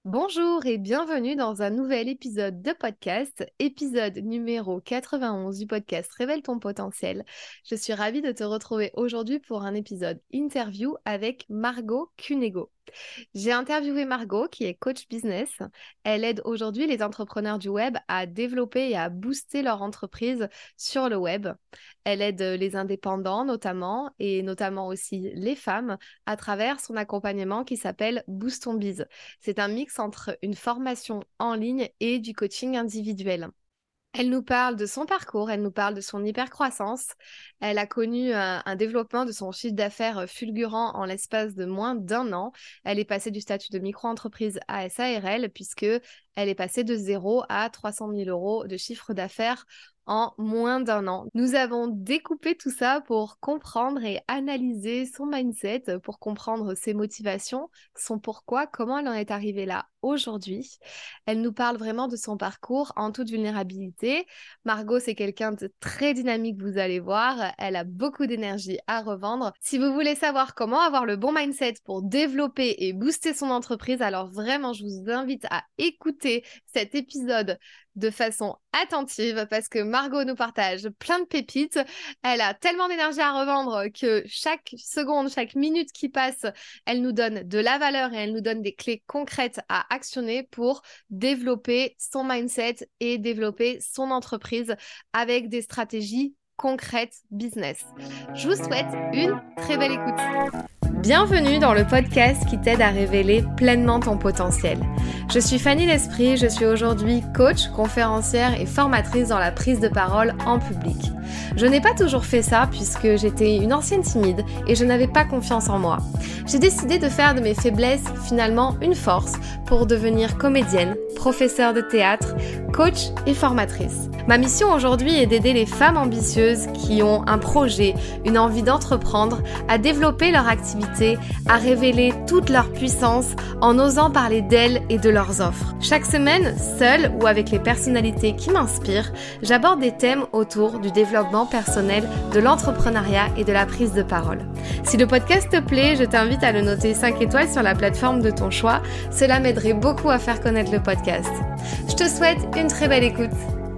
Bonjour et bienvenue dans un nouvel épisode de podcast, épisode numéro 91 du podcast Révèle ton potentiel. Je suis ravie de te retrouver aujourd'hui pour un épisode interview avec Margot Cunego. J'ai interviewé Margot qui est coach business. Elle aide aujourd'hui les entrepreneurs du web à développer et à booster leur entreprise sur le web. Elle aide les indépendants notamment et notamment aussi les femmes à travers son accompagnement qui s'appelle Boost ton Biz. C'est un mix entre une formation en ligne et du coaching individuel. Elle nous parle de son parcours, elle nous parle de son hypercroissance. Elle a connu un développement de son chiffre d'affaires fulgurant en l'espace de moins d'un an. Elle est passée du statut de micro-entreprise à SARL puisque elle est passée de 0 à 300 000 euros de chiffre d'affaires en moins d'un an. Nous avons découpé tout ça pour comprendre et analyser son mindset, pour comprendre ses motivations, son pourquoi, comment elle en est arrivée là aujourd'hui. Elle nous parle vraiment de son parcours en toute vulnérabilité. Margot, c'est quelqu'un de très dynamique, vous allez voir. Elle a beaucoup d'énergie à revendre. Si vous voulez savoir comment avoir le bon mindset pour développer et booster son entreprise, alors vraiment, je vous invite à écouter cet épisode de façon attentive parce que Margot nous partage plein de pépites. Elle a tellement d'énergie à revendre que chaque seconde, chaque minute qui passe, elle nous donne de la valeur et elle nous donne des clés concrètes à actionner pour développer son mindset et développer son entreprise avec des stratégies concrètes business. Je vous souhaite une très belle écoute. Bienvenue dans le podcast qui t'aide à révéler pleinement ton potentiel. Je suis Fanny L'Esprit, je suis aujourd'hui coach, conférencière et formatrice dans la prise de parole en public. Je n'ai pas toujours fait ça puisque j'étais une ancienne timide et je n'avais pas confiance en moi. J'ai décidé de faire de mes faiblesses finalement une force pour devenir comédienne, professeure de théâtre, coach et formatrice. Ma mission aujourd'hui est d'aider les femmes ambitieuses qui ont un projet, une envie d'entreprendre, à développer leur activité, à révéler toute leur puissance en osant parler d'elles et de leurs offres. Chaque semaine, seule ou avec les personnalités qui m'inspirent, j'aborde des thèmes autour du développement personnel, de l'entrepreneuriat et de la prise de parole. Si le podcast te plaît, je t'invite à le noter 5 étoiles sur la plateforme de ton choix. Cela m'aiderait beaucoup à faire connaître le podcast. Je te souhaite une très belle écoute.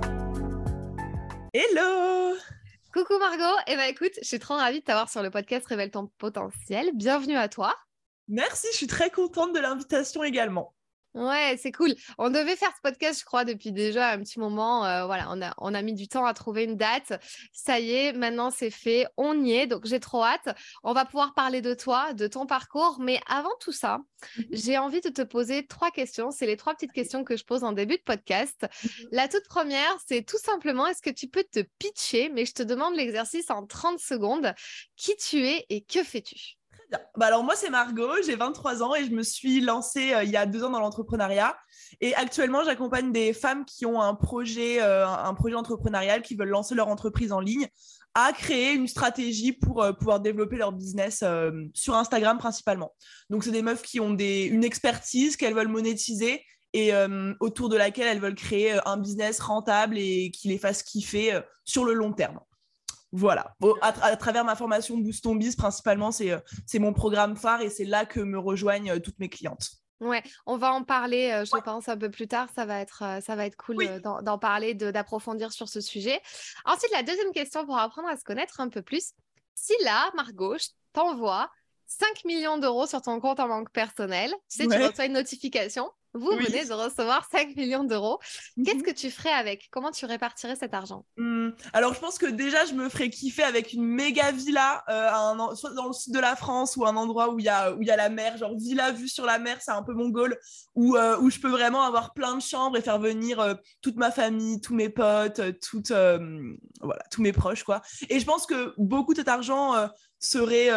Hello! Coucou Margot, écoute, je suis trop ravie de t'avoir sur le podcast Révèle ton potentiel. Bienvenue à toi. Merci, je suis très contente de l'invitation également. Ouais, c'est cool. On devait faire ce podcast, je crois, depuis déjà un petit moment. Voilà, on a mis du temps à trouver une date. Ça y est, maintenant c'est fait, on y est. Donc j'ai trop hâte. On va pouvoir parler de toi, de ton parcours. Mais avant tout ça, j'ai envie de te poser 3 questions. C'est les 3 petites questions que je pose en début de podcast. La toute première, c'est tout simplement, est-ce que tu peux te pitcher, mais je te demande l'exercice en 30 secondes. Qui tu es et que fais-tu? Bah alors moi c'est Margot, j'ai 23 ans et je me suis lancée il y a 2 ans dans l'entrepreneuriat et actuellement j'accompagne des femmes qui ont un projet entrepreneurial, qui veulent lancer leur entreprise en ligne, à créer une stratégie pour pouvoir développer leur business sur Instagram principalement. Donc c'est des meufs qui ont une expertise qu'elles veulent monétiser et autour de laquelle elles veulent créer un business rentable et qui les fasse kiffer sur le long terme. Voilà, à travers ma formation Boost ton Biz, principalement, c'est mon programme phare et c'est là que me rejoignent toutes mes clientes. Ouais, on va en parler, je pense, un peu plus tard. Ça va être cool Oui. d'en parler, d'approfondir sur ce sujet. Ensuite, la deuxième question pour apprendre à se connaître un peu plus. Si là, Margot, je t'envoie 5 millions d'euros sur ton compte en banque personnel, tu sais, tu reçois une notification. Vous venez de recevoir 5 millions d'euros. Qu'est-ce que tu ferais avec? Comment tu répartirais cet argent? Alors, je pense que déjà, je me ferais kiffer avec une méga villa, soit dans le sud de la France ou un endroit où il y a la mer, genre villa vue sur la mer, c'est un peu mon goal, où je peux vraiment avoir plein de chambres et faire venir toute ma famille, tous mes potes, voilà, tous mes proches, quoi. Et je pense que beaucoup de cet argent serait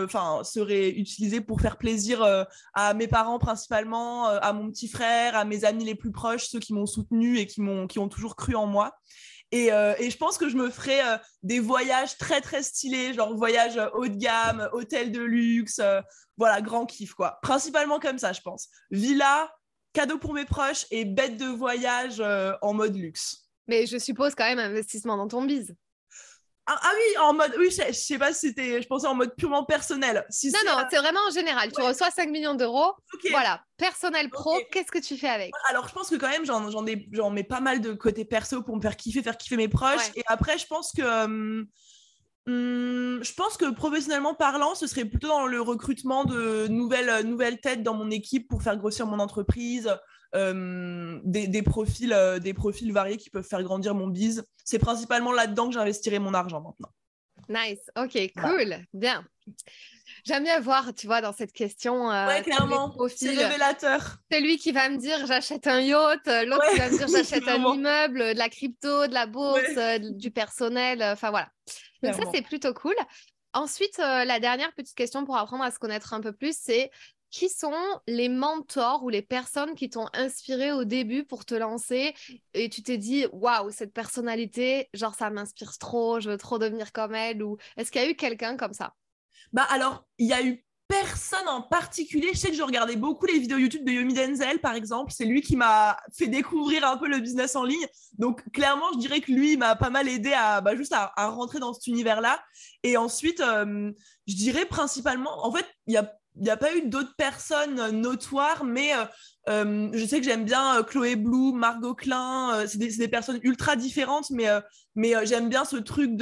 utilisé pour faire plaisir à mes parents principalement, à mon petit frère, à mes amis les plus proches, ceux qui m'ont soutenu et qui ont toujours cru en moi. Et je pense que je me ferais des voyages très très stylés, genre voyages haut de gamme, hôtel de luxe, voilà, grand kiff quoi. Principalement comme ça, je pense. Villa, cadeau pour mes proches et bête de voyage en mode luxe. Mais je suppose quand même investissement dans ton biz. Oui, en mode, oui, je sais pas si c'était, je pensais en mode purement personnel. Si Non, c'est, non, c'est vraiment en général. Tu reçois 5 millions d'euros. ok, Voilà, personnel ok. pro, qu'est-ce que tu fais avec? Alors, je pense que quand même, j'en mets pas mal de côté perso pour me faire kiffer mes proches. Ouais. Et après, je pense que professionnellement parlant, ce serait plutôt dans le recrutement de nouvelles têtes dans mon équipe pour faire grossir mon entreprise, des profils variés qui peuvent faire grandir mon biz. C'est principalement là-dedans que j'investirai mon argent maintenant. Nice, ok, Voilà. cool, bien. J'aime bien voir, tu vois, dans cette question, Ouais, tous les clairement, c'est profils. révélateur. Celui qui va me dire j'achète un yacht, l'autre qui Ouais, va me dire j'achète un clairement. immeuble, de la crypto, de la bourse, Ouais, du personnel, enfin voilà. Donc ça, clairement. c'est plutôt cool. Ensuite, la dernière petite question pour apprendre à se connaître un peu plus, c'est qui sont les mentors ou les personnes qui t'ont inspiré au début pour te lancer et tu t'es dit waouh, cette personnalité, genre ça m'inspire trop, je veux trop devenir comme elle, ou est-ce qu'il y a eu quelqu'un comme ça? Bah alors, il y a eu personne en particulier. Je sais que je regardais beaucoup les vidéos YouTube de Yomi Denzel, par exemple. C'est lui qui m'a fait découvrir un peu le business en ligne. Donc, clairement, je dirais que lui, il m'a pas mal aidé juste à rentrer dans cet univers-là. Et ensuite, je dirais principalement, en fait, il y a pas eu d'autres personnes notoires, mais je sais que j'aime bien Chloé Blue, Margot Klein. C'est des personnes ultra différentes, mais j'aime bien ce truc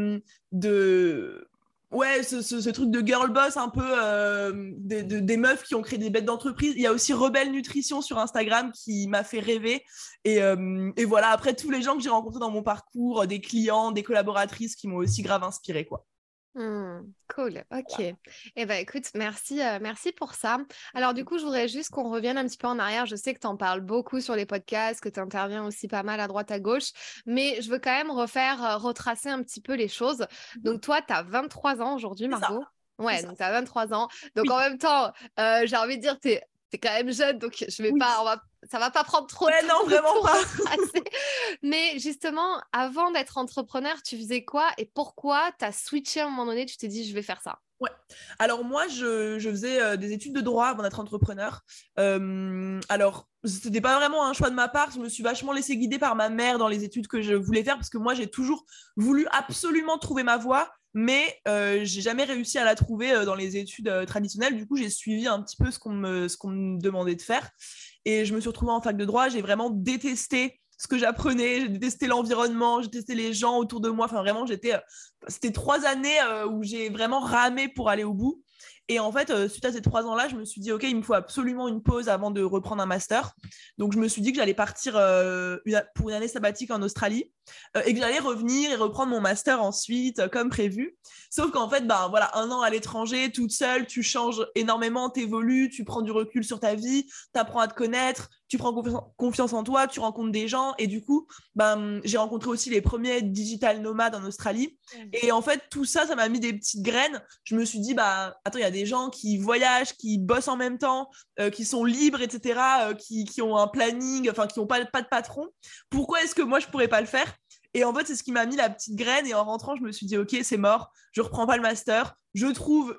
de ouais, ce truc de girl boss un peu des meufs qui ont créé des bêtes d'entreprise. Il y a aussi Rebelle Nutrition sur Instagram qui m'a fait rêver. Et voilà, après tous les gens que j'ai rencontrés dans mon parcours, des clients, des collaboratrices qui m'ont aussi grave inspiré, quoi. Cool, ok. Voilà. Eh ben écoute, merci, merci pour ça. Alors du coup, je voudrais juste qu'on revienne un petit peu en arrière. Je sais que tu en parles beaucoup sur les podcasts, que tu interviens aussi pas mal à droite à gauche, mais je veux quand même retracer un petit peu les choses. Donc toi, tu as 23 ans aujourd'hui, C'est ça, Margot. c'est Ouais, ça. donc tu as 23 ans. Donc en Oui, même temps, j'ai envie de dire, t'es quand même jeune, donc je vais oui. pas, ça va pas prendre trop de Ouais, temps non, vraiment pour pas. retracer. Mais justement, avant d'être entrepreneur, tu faisais quoi et pourquoi tu as switché à un moment donné, tu t'es dit, je vais faire ça? Ouais. Alors moi, je faisais des études de droit avant d'être entrepreneur. Alors, c'était pas vraiment un choix de ma part. Je me suis vachement laissée guider par ma mère dans les études que je voulais faire parce que moi, j'ai toujours voulu absolument trouver ma voie, mais j'ai jamais réussi à la trouver dans les études traditionnelles. Du coup, j'ai suivi un petit peu ce qu'on me demandait de faire. Et je me suis retrouvée en fac de droit. J'ai vraiment détesté ce que j'apprenais. J'ai détesté l'environnement, j'ai détesté les gens autour de moi. Enfin, vraiment, c'était 3 années où j'ai vraiment ramé pour aller au bout. Et en fait, suite à ces 3 ans-là, je me suis dit, OK, il me faut absolument une pause avant de reprendre un master. Donc, je me suis dit que j'allais partir pour une année sabbatique en Australie et que j'allais revenir et reprendre mon master ensuite, comme prévu. Sauf qu'en fait, bah, voilà, 1 an à l'étranger, toute seule, tu changes énormément, t'évolues, tu prends du recul sur ta vie, tu apprends à te connaître, tu prends confiance en toi, tu rencontres des gens. Et du coup, ben, j'ai rencontré aussi les premiers digital nomades en Australie. Et en fait, tout ça, ça m'a mis des petites graines. Je me suis dit, bah, attends, il y a des gens qui voyagent, qui bossent en même temps, qui sont libres, etc., qui ont un planning, enfin, qui n'ont pas de patron. Pourquoi est-ce que moi, je pourrais pas le faire? Et en fait, c'est ce qui m'a mis la petite graine. Et en rentrant, je me suis dit, OK, c'est mort, je reprends pas le master, je trouve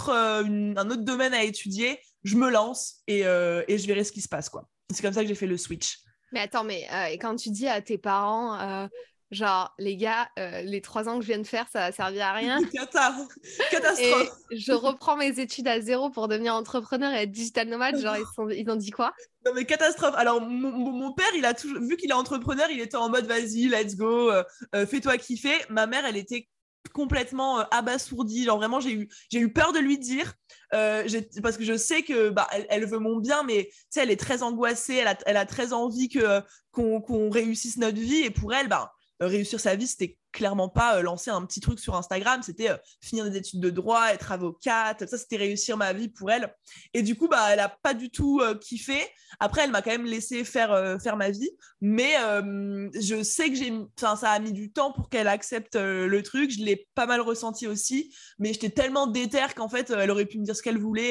un autre domaine à étudier, je me lance et je verrai ce qui se passe, quoi. C'est comme ça que j'ai fait le switch. Mais attends, et quand tu dis à tes parents, genre, les gars, les 3 ans que je viens de faire, ça a servi à rien, Cata, catastrophe. et je reprends mes études à zéro pour devenir entrepreneur et être digital nomade, genre, ils ont dit quoi? Non mais catastrophe. Alors mon père, il a toujours vu qu'il est entrepreneur, il était en mode vas-y, let's go, fais-toi kiffer. Ma mère, elle était complètement abasourdie. Genre vraiment, j'ai eu peur de lui dire parce que je sais que bah elle veut mon bien, mais tu sais, elle est très angoissée, elle a très envie qu'on réussisse notre vie et pour elle, bah réussir sa vie, c'était clairement pas lancer un petit truc sur Instagram, c'était finir des études de droit, être avocate, ça c'était réussir ma vie pour elle. Et du coup, bah elle a pas du tout kiffé. Après, elle m'a quand même laissé faire ma vie, mais je sais que ça a mis du temps pour qu'elle accepte le truc. Je l'ai pas mal ressenti aussi, mais j'étais tellement déterre qu'en fait, elle aurait pu me dire ce qu'elle voulait.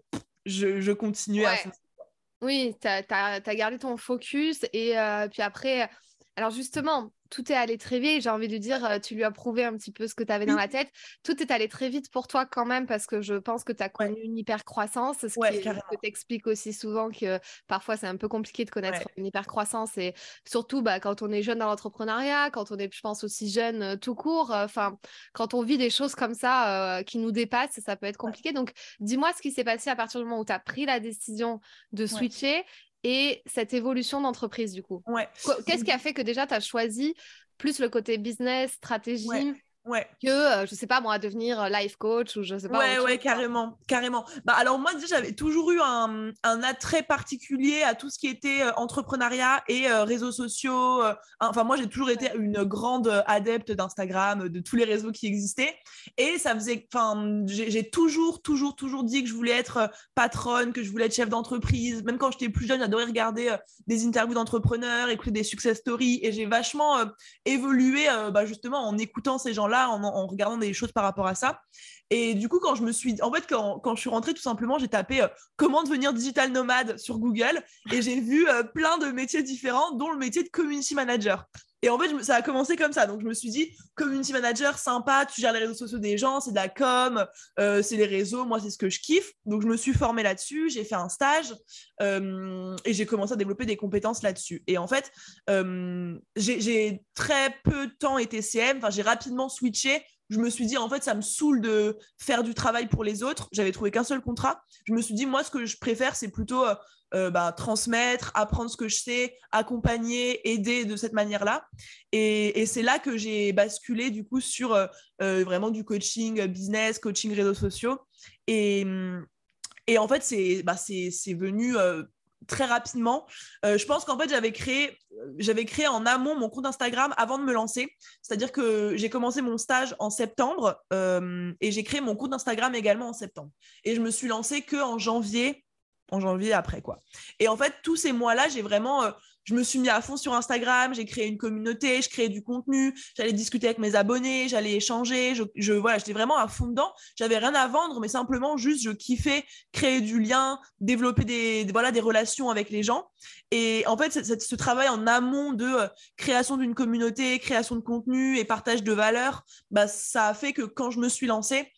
Je continuais à Ouais. fond. Oui, t'as gardé ton focus et puis après, Alors justement, tout est allé très vite. J'ai envie de dire, tu lui as prouvé un petit peu ce que tu avais dans Oui, la tête. Tout est allé très vite pour toi quand même parce que je pense que tu as ouais, connu une hypercroissance, ce ouais, que carrément. tu expliques aussi souvent que parfois c'est un peu compliqué de Ouais, connaître une hypercroissance et surtout quand on est jeune dans l'entrepreneuriat, quand on est, je pense, aussi jeune tout court, enfin, quand on vit des choses comme ça qui nous dépassent, ça peut être ouais, compliqué. Donc, dis-moi ce qui s'est passé à partir du moment où tu as pris la décision de ouais, switcher et cette évolution d'entreprise du coup. ouais. Qu'est-ce qui a fait que déjà tu as choisi plus le côté business, Ouais, stratégie, ouais. que, je sais pas moi, devenir life coach ou je sais pas Ouais, autre ouais, chose, quoi. carrément, carrément. Bah alors moi déjà j'avais toujours eu un attrait particulier à tout ce qui était entrepreneuriat et réseaux sociaux. Enfin moi j'ai toujours été Ouais. une grande adepte d'Instagram, de tous les réseaux qui existaient. Et ça faisait, enfin j'ai toujours dit que je voulais être patronne, que je voulais être chef d'entreprise. Même quand j'étais plus jeune, j'adorais regarder des interviews d'entrepreneurs, écouter des success stories. Et j'ai vachement évolué justement en écoutant ces gens-là, en regardant des choses par rapport à ça. Et du coup, quand je suis rentrée, tout simplement, j'ai tapé comment devenir digital nomade sur Google et j'ai vu plein de métiers différents, dont le métier de community manager. Et en fait, ça a commencé comme ça. Donc, je me suis dit, community manager, sympa, tu gères les réseaux sociaux des gens, c'est de la com, c'est les réseaux, moi, c'est ce que je kiffe. Donc, je me suis formée là-dessus, j'ai fait un stage et j'ai commencé à développer des compétences là-dessus. Et en fait, j'ai très peu de temps été CM, enfin, j'ai rapidement switché. Je me suis dit, en fait, ça me saoule de faire du travail pour les autres. J'avais trouvé qu'un seul contrat. Je me suis dit, moi, ce que je préfère, c'est plutôt transmettre, apprendre ce que je sais, accompagner, aider de cette manière-là. Et c'est là que j'ai basculé, du coup, sur vraiment du coaching business, coaching réseaux sociaux. Et, et en fait, c'est venu très rapidement. Je pense qu'en fait, j'avais créé en amont mon compte Instagram avant de me lancer. C'est-à-dire que j'ai commencé mon stage en septembre et j'ai créé mon compte Instagram également en septembre. Et je me suis lancée qu'en janvier, en janvier après, quoi. Et en fait, tous ces mois-là, je me suis mis à fond sur Instagram, j'ai créé une communauté, je créais du contenu, j'allais discuter avec mes abonnés, j'allais échanger, voilà, j'étais vraiment à fond dedans. J'avais rien à vendre, mais simplement juste je kiffais créer du lien, développer des relations avec les gens. Et en fait, ce travail en amont de création d'une communauté, création de contenu et partage de valeurs, ça a fait que quand je me suis lancée,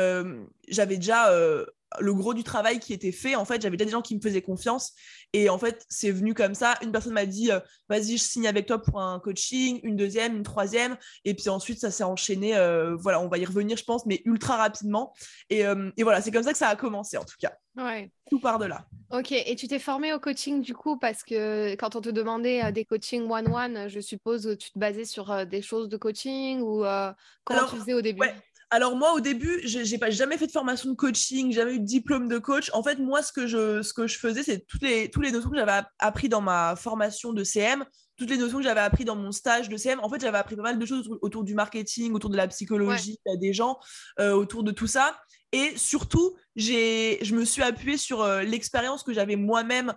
j'avais déjà le gros du travail qui était fait. En fait, j'avais déjà des gens qui me faisaient confiance. Et en fait, c'est venu comme ça. Une personne m'a dit, vas-y, je signe avec toi pour un coaching, une deuxième, une troisième. Et puis ensuite, ça s'est enchaîné. Voilà, on va y revenir, je pense, mais ultra rapidement. Et voilà, c'est comme ça que ça a commencé, en tout cas. Ouais. Tout part de là. Ok, et tu t'es formée au coaching du coup parce que quand on te demandait des coachings one-one, je suppose que tu te basais sur des choses de coaching ou comment tu Alors, faisais au début? ouais. Alors moi, au début, j'ai pas jamais fait de formation de coaching, jamais eu de diplôme de coach. En fait, moi, ce que je faisais, c'est tous les notions que j'avais appris dans ma formation de CM, toutes les notions que j'avais appris dans mon stage de CM. En fait, j'avais appris pas mal de choses autour du marketing, autour de la Ouais. psychologie des gens, autour de tout ça. Et surtout, je me suis appuyée sur l'expérience que j'avais moi-même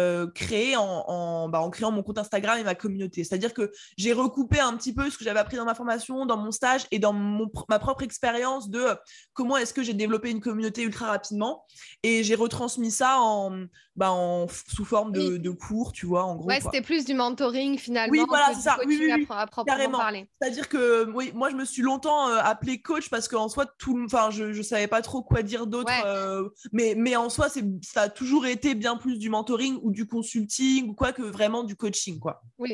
créée en créant mon compte Instagram et ma communauté. C'est-à-dire que j'ai recoupé un petit peu ce que j'avais appris dans ma formation, dans mon stage et dans ma propre expérience de comment est-ce que j'ai développé une communauté ultra rapidement. Et j'ai retransmis ça sous forme Oui. de cours, tu vois, en gros, Ouais, quoi. c'était plus du mentoring Oui, finalement voilà, que c'est du ça. Oui, coaching oui, oui, à proprement carrément. parler. C'est-à-dire que oui, moi, je me suis longtemps appelée coach parce qu'en soi, enfin, je savais pas trop quoi dire d'autre. Ouais. Mais en soi, ça a toujours été bien plus du mentoring ou du consulting ou quoi que vraiment du coaching, quoi. Oui.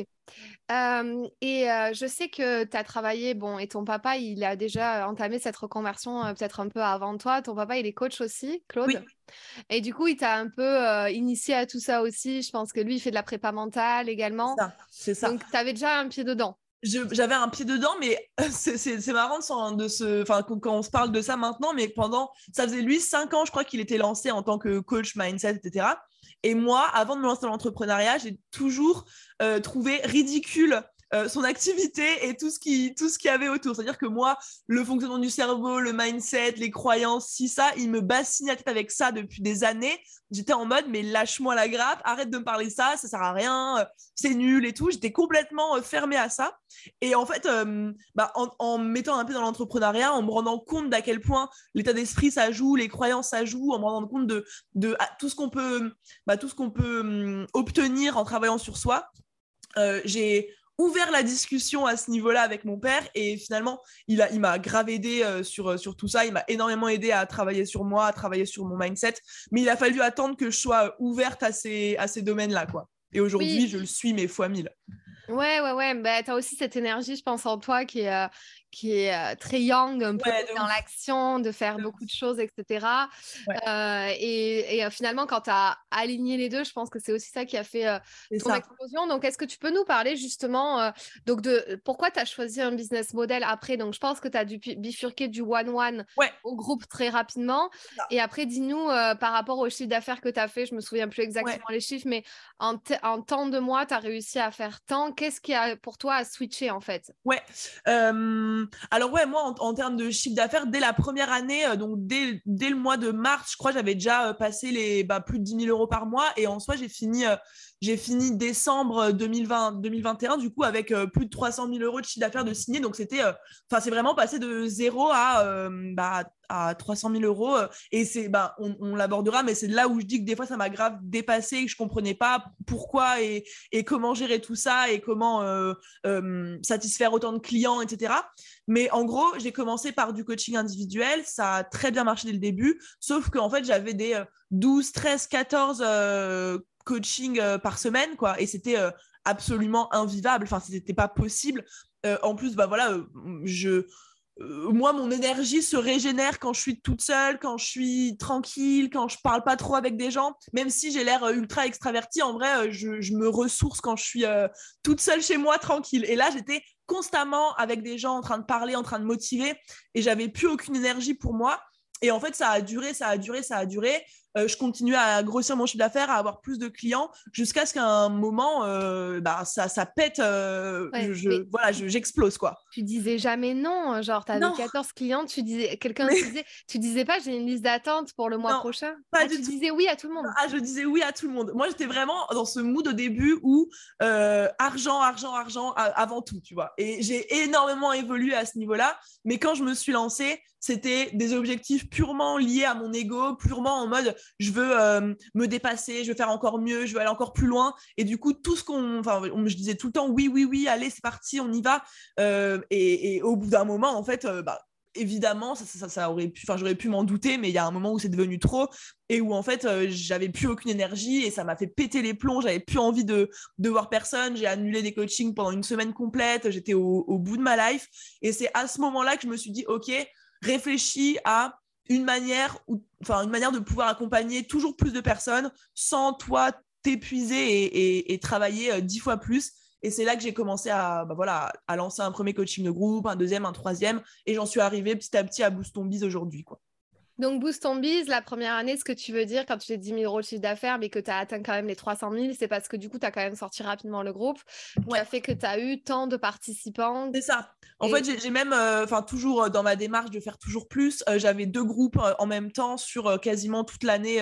Je sais que tu as travaillé, bon, et ton papa, il a déjà entamé cette reconversion peut-être un peu avant toi. Ton papa, il est coach aussi, Oui, Claude. Et du coup, il t'a un peu initié à tout ça aussi. Je pense que lui, il fait de la prépa mentale c'est également. ça, c'est ça. Donc, tu avais déjà un pied dedans. J'avais un pied dedans, mais c'est marrant enfin, quand on se parle de ça maintenant, mais ça faisait lui 5 ans, je crois qu'il était lancé en tant que coach mindset, etc. Et moi, avant de me lancer dans l'entrepreneuriat, j'ai toujours trouvé ridicule son activité et tout ce qu'il y avait autour. C'est-à-dire que moi, le fonctionnement du cerveau, le mindset, les croyances, si ça, il me bassine la tête avec ça depuis des années. J'étais en mode, mais lâche-moi la grappe, arrête de me parler de ça sert à rien, c'est nul et tout. J'étais complètement fermée à ça. Et en fait, en me mettant un peu dans l'entrepreneuriat, en me rendant compte d'à quel point l'état d'esprit ça joue, les croyances ça joue, en me rendant compte de tout ce qu'on peut, obtenir en travaillant sur soi, j'ai ouvert la discussion à ce niveau-là avec mon père et finalement, il m'a grave aidé sur tout ça. Il m'a énormément aidé à travailler sur moi, à travailler sur mon mindset. Mais il a fallu attendre que je sois ouverte à ces domaines-là, quoi. Et aujourd'hui, Oui. je le suis, mais fois 1000. Ouais. Bah, tu as aussi cette énergie, je pense, en toi qui est très young, un peu Ouais, de dans ouf. l'action, de faire De beaucoup de ouf. choses, etc. Ouais, Finalement, quand tu as aligné les deux, je pense que c'est aussi ça qui a fait c'est ton ça. explosion. Donc, est-ce que tu peux nous parler justement donc de pourquoi tu as choisi un business model après? Donc, je pense que tu as dû bifurquer du one-one Ouais, au groupe très rapidement. c'est ça. Et après, dis-nous par rapport au chiffre d'affaires que tu as fait, je me souviens plus Ouais. exactement les chiffres, mais en temps de mois, tu as réussi à faire tant. Qu'est-ce qui a pour toi à switcher en fait? Ouais. Alors ouais, moi en termes de chiffre d'affaires, dès la première année, donc dès le mois de mars, je crois, j'avais déjà passé les plus de 10 000 € par mois. Et en soi, j'ai fini décembre 2021, du coup, avec plus de 300 000 € de chiffre d'affaires de signé. Donc c'est vraiment passé de zéro à 300 000 €. Et on l'abordera, mais c'est là où je dis que des fois, ça m'a grave dépassé, que je comprenais pas pourquoi et comment gérer tout ça et comment satisfaire autant de clients, etc. Mais en gros, j'ai commencé par du coaching individuel. Ça a très bien marché dès le début. Sauf qu'en fait, j'avais des 12, 13, 14 coachings par semaine, quoi. Et c'était absolument invivable. Enfin, c'était pas possible. En plus, moi, mon énergie se régénère quand je suis toute seule, quand je suis tranquille, quand je parle pas trop avec des gens. Même si j'ai l'air ultra extravertie, en vrai, je me ressource quand je suis toute seule chez moi, tranquille. Et là, j'étais constamment avec des gens en train de parler, en train de motiver, et j'avais plus aucune énergie pour moi. Et en fait, ça a duré. Je continuais à grossir mon chiffre d'affaires, à avoir plus de clients, jusqu'à ce qu'à un moment, ça pète. Ouais, mais J'explose, quoi. tu disais jamais non, genre tu avais Non, 14 clients, quelqu'un te mais disait, tu disais pas j'ai une liste d'attente pour le mois non, prochain. pas Ah, du tu tout. disais oui à tout le monde. Ah, je disais oui à tout le monde. Moi, j'étais vraiment dans ce mood au début où argent, argent, argent avant tout, tu vois. Et j'ai énormément évolué à ce niveau-là. Mais quand je me suis lancée, c'était des objectifs purement liés à mon ego, purement en mode je veux me dépasser, je veux faire encore mieux, je veux aller encore plus loin. Et du coup, je disais tout le temps oui, oui, oui, allez, c'est parti, on y va. Et au bout d'un moment, en fait, évidemment, ça aurait pu, j'aurais pu m'en douter, mais il y a un moment où c'est devenu trop et où en fait j'avais plus aucune énergie et ça m'a fait péter les plombs. J'avais plus envie de voir personne. J'ai annulé des coachings pendant une semaine complète. J'étais au bout de ma life et c'est à ce moment-là que je me suis dit ok, réfléchis à une manière de pouvoir accompagner toujours plus de personnes sans toi t'épuiser et travailler 10 fois plus. Et c'est là que j'ai commencé à lancer un premier coaching de groupe, un deuxième, un troisième. Et j'en suis arrivée petit à petit à Boost Ton Biz aujourd'hui, quoi. Donc, Boost ton biz, la première année, ce que tu veux dire quand tu fais 10 000 € de chiffre d'affaires, mais que tu as atteint quand même les 300 000, c'est parce que du coup, tu as quand même sorti rapidement le groupe, qui Ouais, a fait que tu as eu tant de participants. c'est ça. En fait, Et j'ai même, toujours dans ma démarche de faire toujours plus, j'avais deux groupes en même temps sur quasiment toute l'année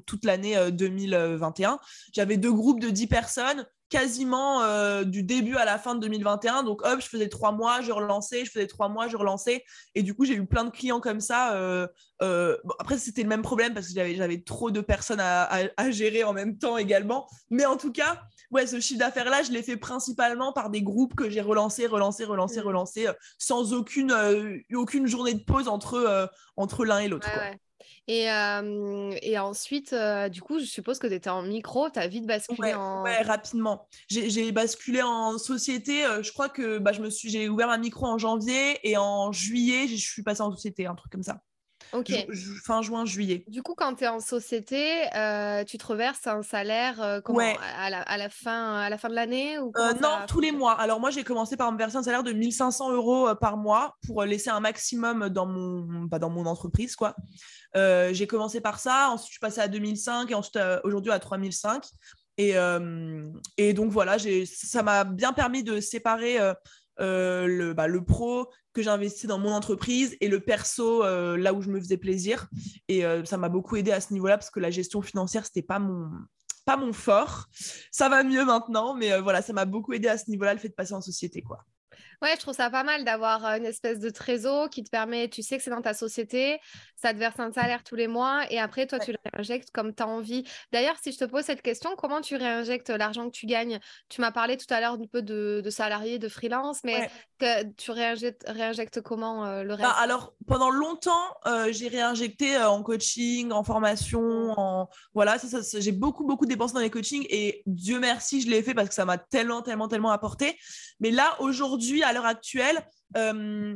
2021. J'avais deux groupes de 10 personnes, quasiment du début à la fin de 2021. Donc, hop, je faisais 3 mois, je relançais, je faisais 3 mois, je relançais. Et du coup, j'ai eu plein de clients comme ça. Après, c'était le même problème parce que j'avais trop de personnes à gérer en même temps également. Mais en tout cas, ouais, ce chiffre d'affaires-là, je l'ai fait principalement par des groupes que j'ai relancés, sans aucune journée de pause entre l'un et l'autre, ouais, quoi. ouais. Et ensuite, du coup, je suppose que tu étais en micro, tu as vite basculé Ouais, en... ouais, rapidement. J'ai basculé en société. Je crois que j'ai ouvert ma micro en janvier et en juillet, je suis passée en société, un truc comme ça. Ok. Fin juin, juillet. Du coup, quand tu es en société, tu te reverses un salaire comment Ouais, à la fin de l'année ou comment non, ça tous les fonctionne? mois. Alors moi, j'ai commencé par me verser un salaire de 1 500 € par mois pour laisser un maximum dans mon entreprise, quoi. J'ai commencé par ça, ensuite je suis passée à 2005 et ensuite aujourd'hui à 3005. Et donc voilà, ça m'a bien permis de séparer le pro que j'ai investi dans mon entreprise et le perso là où je me faisais plaisir. Et ça m'a beaucoup aidé à ce niveau-là parce que la gestion financière, c'était pas mon fort. Ça va mieux maintenant, mais voilà, ça m'a beaucoup aidé à ce niveau-là, le fait de passer en société, quoi. Ouais, je trouve ça pas mal d'avoir une espèce de trésor qui te permet, tu sais que c'est dans ta société, ça te verse un salaire tous les mois et après, toi, tu le réinjectes comme tu as envie. D'ailleurs, si je te pose cette question, comment tu réinjectes l'argent que tu gagnes? Tu m'as parlé tout à l'heure un peu de salarié, de freelance, mais Ouais. tu réinjectes comment le Bah, reste? alors, pendant longtemps, j'ai réinjecté en coaching, en formation, voilà, j'ai beaucoup, beaucoup dépensé dans les coachings et Dieu merci, je l'ai fait parce que ça m'a tellement, tellement, tellement apporté. Mais là, aujourd'hui, à l'heure actuelle, euh,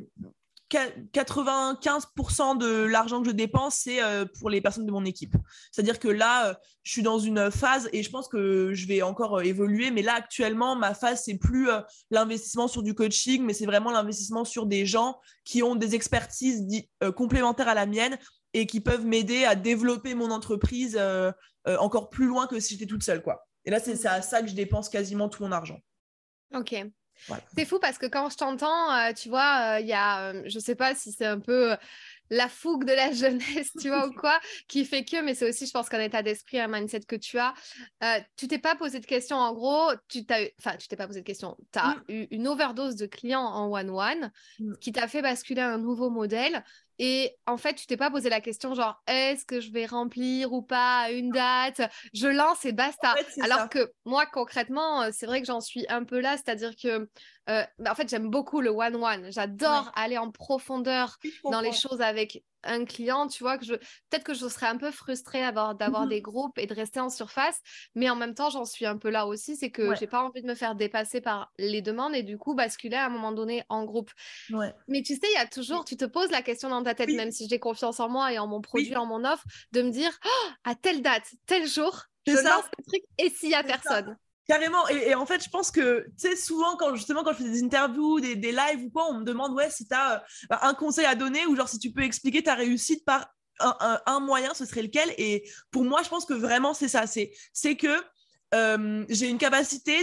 95% de l'argent que je dépense, c'est pour les personnes de mon équipe. C'est-à-dire que là, je suis dans une phase et je pense que je vais encore évoluer. Mais là, actuellement, ma phase, c'est plus l'investissement sur du coaching, mais c'est vraiment l'investissement sur des gens qui ont des expertises complémentaires à la mienne et qui peuvent m'aider à développer mon entreprise encore plus loin que si j'étais toute seule, quoi. Et là, c'est à ça que je dépense quasiment tout mon argent. Ok. Voilà. C'est fou parce que quand je t'entends, tu vois, il y a, je sais pas si c'est un peu la fougue de la jeunesse, tu vois, ou quoi, qui fait que, mais c'est aussi, je pense, qu'un état d'esprit, un mindset que tu as. Tu t'es pas posé de questions, en gros, tu t'es pas posé de questions, tu as eu une overdose de clients en one-one, qui t'a fait basculer à un nouveau modèle. Et en fait, tu t'es pas posé la question genre, est-ce que je vais remplir ou pas une date? Je lance et basta. En fait, c'est Alors ça. que moi, concrètement, c'est vrai que j'en suis un peu là, c'est-à-dire que en fait, j'aime beaucoup le one-one. Ouais. J'adore aller en profondeur Oui, je dans les comprends. choses avec un client, tu vois, peut-être que je serais un peu frustrée d'avoir des groupes et de rester en surface, mais en même temps, j'en suis un peu là aussi, c'est que Ouais. j'ai pas envie de me faire dépasser par les demandes et du coup basculer à un moment donné en groupe. Ouais. Mais tu sais, il y a toujours, tu te poses la question dans ta tête, même Oui, si j'ai confiance en moi et en mon produit, oui, en mon offre, de me dire, oh, à telle date, tel jour, c'est je lance ça. le truc et s'il y a C'est ça. personne. Carrément. Et en fait, je pense que, tu sais, souvent, justement, quand je fais des interviews, des lives ou quoi, on me demande, ouais, si tu as un conseil à donner ou genre si tu peux expliquer ta réussite par un moyen, ce serait lequel? Et pour moi, je pense que vraiment, c'est ça. C'est que j'ai une capacité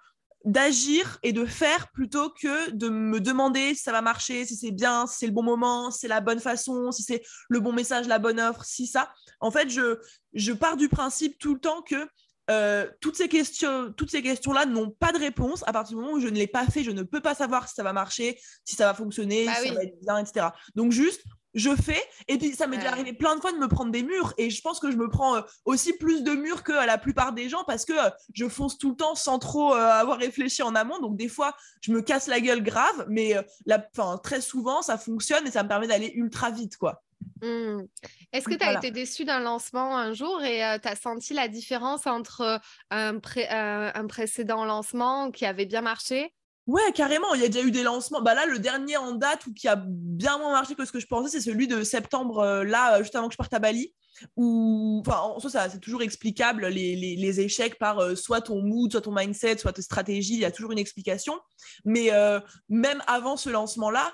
d'agir et de faire plutôt que de me demander si ça va marcher, si c'est bien, si c'est le bon moment, si c'est la bonne façon, si c'est le bon message, la bonne offre, si ça. En fait, je pars du principe tout le temps que toutes ces questions-là n'ont pas de réponse. À partir du moment où je ne l'ai pas fait, je ne peux pas savoir si ça va marcher, si ça va fonctionner, Bah si ça va oui. être bien, etc. Donc juste, je fais. Et puis ça m'est déjà Ouais. arrivé plein de fois de me prendre des murs. Et je pense que je me prends aussi plus de murs que la plupart des gens parce que je fonce tout le temps sans trop avoir réfléchi en amont. Donc des fois, je me casse la gueule grave, mais très souvent, ça fonctionne et ça me permet d'aller ultra vite, quoi. Hmm. Est-ce que tu as Voilà. été déçu d'un lancement un jour et tu as senti la différence entre un précédent lancement qui avait bien marché? Ouais, carrément, il y a déjà eu des lancements. Bah là, le dernier en date ou qui a bien moins marché que ce que je pensais, c'est celui de septembre, juste avant que je parte à Bali. Où, enfin, en soi, c'est toujours explicable, les échecs par soit ton mood, soit ton mindset, soit ta stratégie, il y a toujours une explication. Mais même avant ce lancement-là,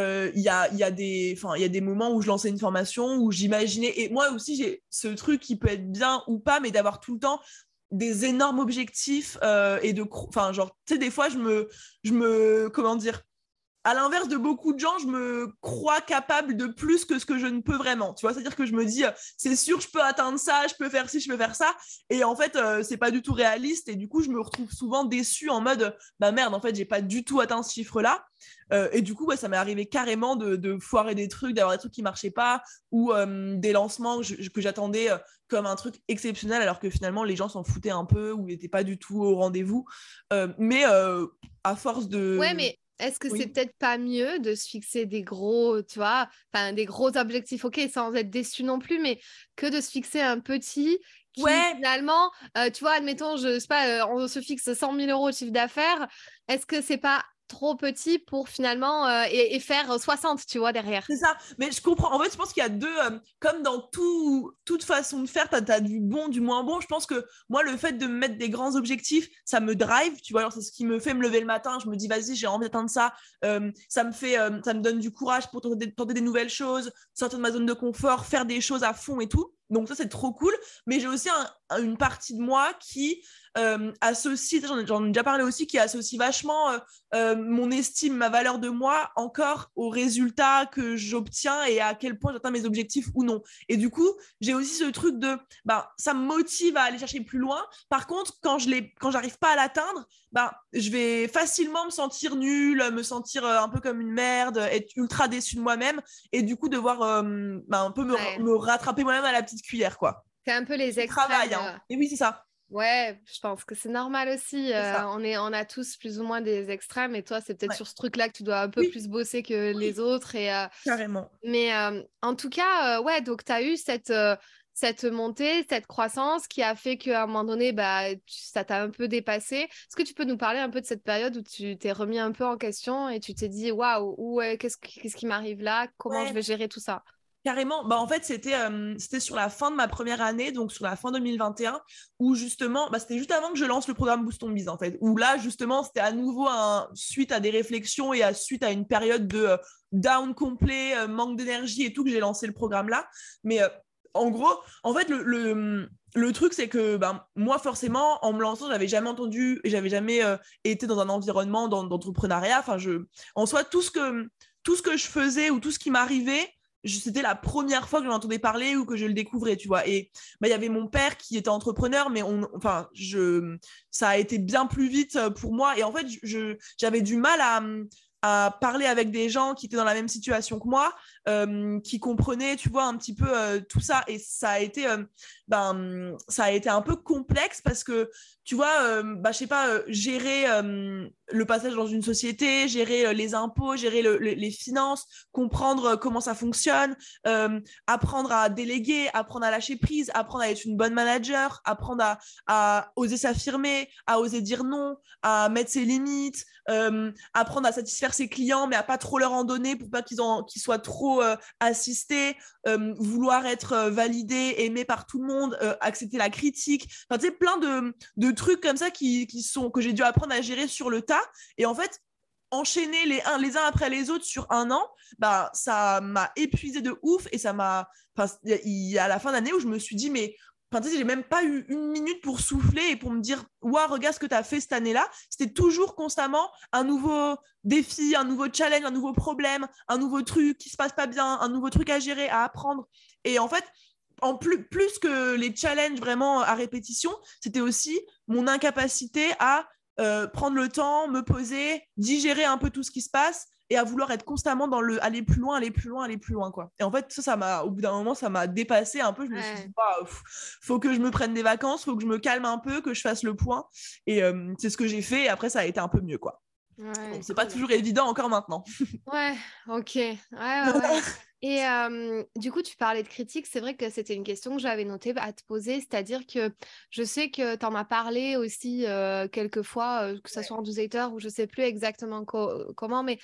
il y a des moments où je lançais une formation, où j'imaginais, et moi aussi, j'ai ce truc qui peut être bien ou pas, mais d'avoir tout le temps des énormes objectifs et enfin genre tu sais des fois comment dire, à l'inverse de beaucoup de gens, je me crois capable de plus que ce que je ne peux vraiment. Tu vois, c'est-à-dire que je me dis, c'est sûr, je peux atteindre ça, je peux faire ci, je peux faire ça. Et en fait, c'est pas du tout réaliste. Et du coup, je me retrouve souvent déçue en mode, bah merde, en fait, j'ai pas du tout atteint ce chiffre-là. Et du coup, ouais, ça m'est arrivé carrément de foirer des trucs, d'avoir des trucs qui marchaient pas, ou des lancements que j'attendais comme un truc exceptionnel, alors que finalement, les gens s'en foutaient un peu ou n'étaient pas du tout au rendez-vous. Mais à force Ouais, de... mais est-ce que c'est Oui. peut-être pas mieux de se fixer des gros, tu vois, enfin des gros objectifs, ok, sans être déçu non plus, mais que de se fixer un petit qui Ouais, finalement, tu vois, admettons, je sais pas, on se fixe 100 000 € de chiffre d'affaires, est-ce que c'est pas trop petit pour finalement et faire 60, tu vois, derrière? c'est ça. Mais je comprends. En fait, je pense qu'il y a comme dans toute façon de faire, t'as du bon, du moins bon. Je pense que moi, le fait de me mettre des grands objectifs, ça me drive. Tu vois, alors c'est ce qui me fait me lever le matin. Je me dis, vas-y, j'ai envie d'atteindre ça. Ça me donne du courage pour tenter des nouvelles choses, sortir de ma zone de confort, faire des choses à fond et tout. Donc ça, c'est trop cool. Mais j'ai aussi une partie de moi qui associe, j'en ai déjà parlé aussi, qui associe vachement mon estime, ma valeur de moi encore aux résultats que j'obtiens et à quel point j'atteins mes objectifs ou non. Et du coup, j'ai aussi ce truc de, ça me motive à aller chercher plus loin. Par contre, quand j'arrive pas à l'atteindre, je vais facilement me sentir nulle, me sentir un peu comme une merde, être ultra déçue de moi-même et du coup devoir un peu me rattraper moi-même à la petite cuillère, quoi. C'est un peu les extrêmes. Travail, hein. Et oui, c'est ça. Ouais, je pense que c'est normal aussi. On a tous plus ou moins des extrêmes et toi, c'est peut-être sur ce truc-là que tu dois un peu plus bosser que les autres. Carrément. Mais en tout cas, ouais, donc tu as eu cette montée, cette croissance qui a fait qu'à un moment donné, ça t'a un peu dépassé. Est-ce que tu peux nous parler un peu de cette période où tu t'es remis un peu en question et tu t'es dit, waouh, qu'est-ce qui m'arrive là? Comment je vais gérer tout ça? Carrément. En fait, c'était sur la fin de ma première année, donc sur la fin 2021, où justement, c'était juste avant que je lance le programme Boost Ton Biz, en fait, où là, justement, c'était à nouveau suite à des réflexions et suite à une période de down complet, manque d'énergie et tout, que j'ai lancé le programme là. Mais en gros, en fait, le truc, c'est que moi, forcément, en me lançant, j'avais jamais entendu et j'avais jamais été dans un environnement d'entrepreneuriat. Enfin, en soi, tout ce que je faisais ou tout ce qui m'arrivait, c'était la première fois que j'en entendais parler ou que je le découvrais, tu vois. Et il y avait mon père qui était entrepreneur, mais ça a été bien plus vite pour moi. Et en fait, j'avais du mal à parler avec des gens qui étaient dans la même situation que moi, qui comprenaient, tu vois, un petit peu tout ça. Et ça a été un peu complexe parce que, tu vois, je sais pas, gérer le passage dans une société, gérer les impôts, gérer les finances, comprendre comment ça fonctionne, apprendre à déléguer, apprendre à lâcher prise, apprendre à être une bonne manager, apprendre à oser s'affirmer, à oser dire non, à mettre ses limites, apprendre à satisfaire ses clients mais à pas trop leur en donner pour pas qu'ils soient trop assistés, vouloir être validé, aimé par tout le monde, accepter la critique, enfin tu sais, plein de trucs comme ça que j'ai dû apprendre à gérer sur le tas. Et en fait, enchaîner les uns après les autres sur un an, ça m'a épuisé de ouf. Et il y a la fin d'année où je me suis dit, mais enfin, tu sais, j'ai même pas eu une minute pour souffler et pour me dire, waouh, regarde ce que tu as fait cette année-là. C'était toujours constamment un nouveau défi, un nouveau challenge, un nouveau problème, un nouveau truc qui se passe pas bien, un nouveau truc à gérer, à apprendre. Et en fait, en plus que les challenges vraiment à répétition, c'était aussi mon incapacité à prendre le temps, me poser, digérer un peu tout ce qui se passe et à vouloir être constamment dans le aller plus loin, aller plus loin, aller plus loin, quoi. Et en fait, au bout d'un moment, ça m'a dépassé un peu. Je me suis dit, faut que je me prenne des vacances, faut que je me calme un peu, que je fasse le point. Et c'est ce que j'ai fait. Et après, ça a été un peu mieux, quoi. Ouais, bon, c'est pas toujours évident encore maintenant. Ouais, ok. Ouais. Et du coup, tu parlais de critiques. C'est vrai que c'était une question que j'avais notée à te poser. C'est-à-dire que je sais que tu en as parlé aussi quelques fois, que ce soit en newsletter ou je sais plus exactement comment, mais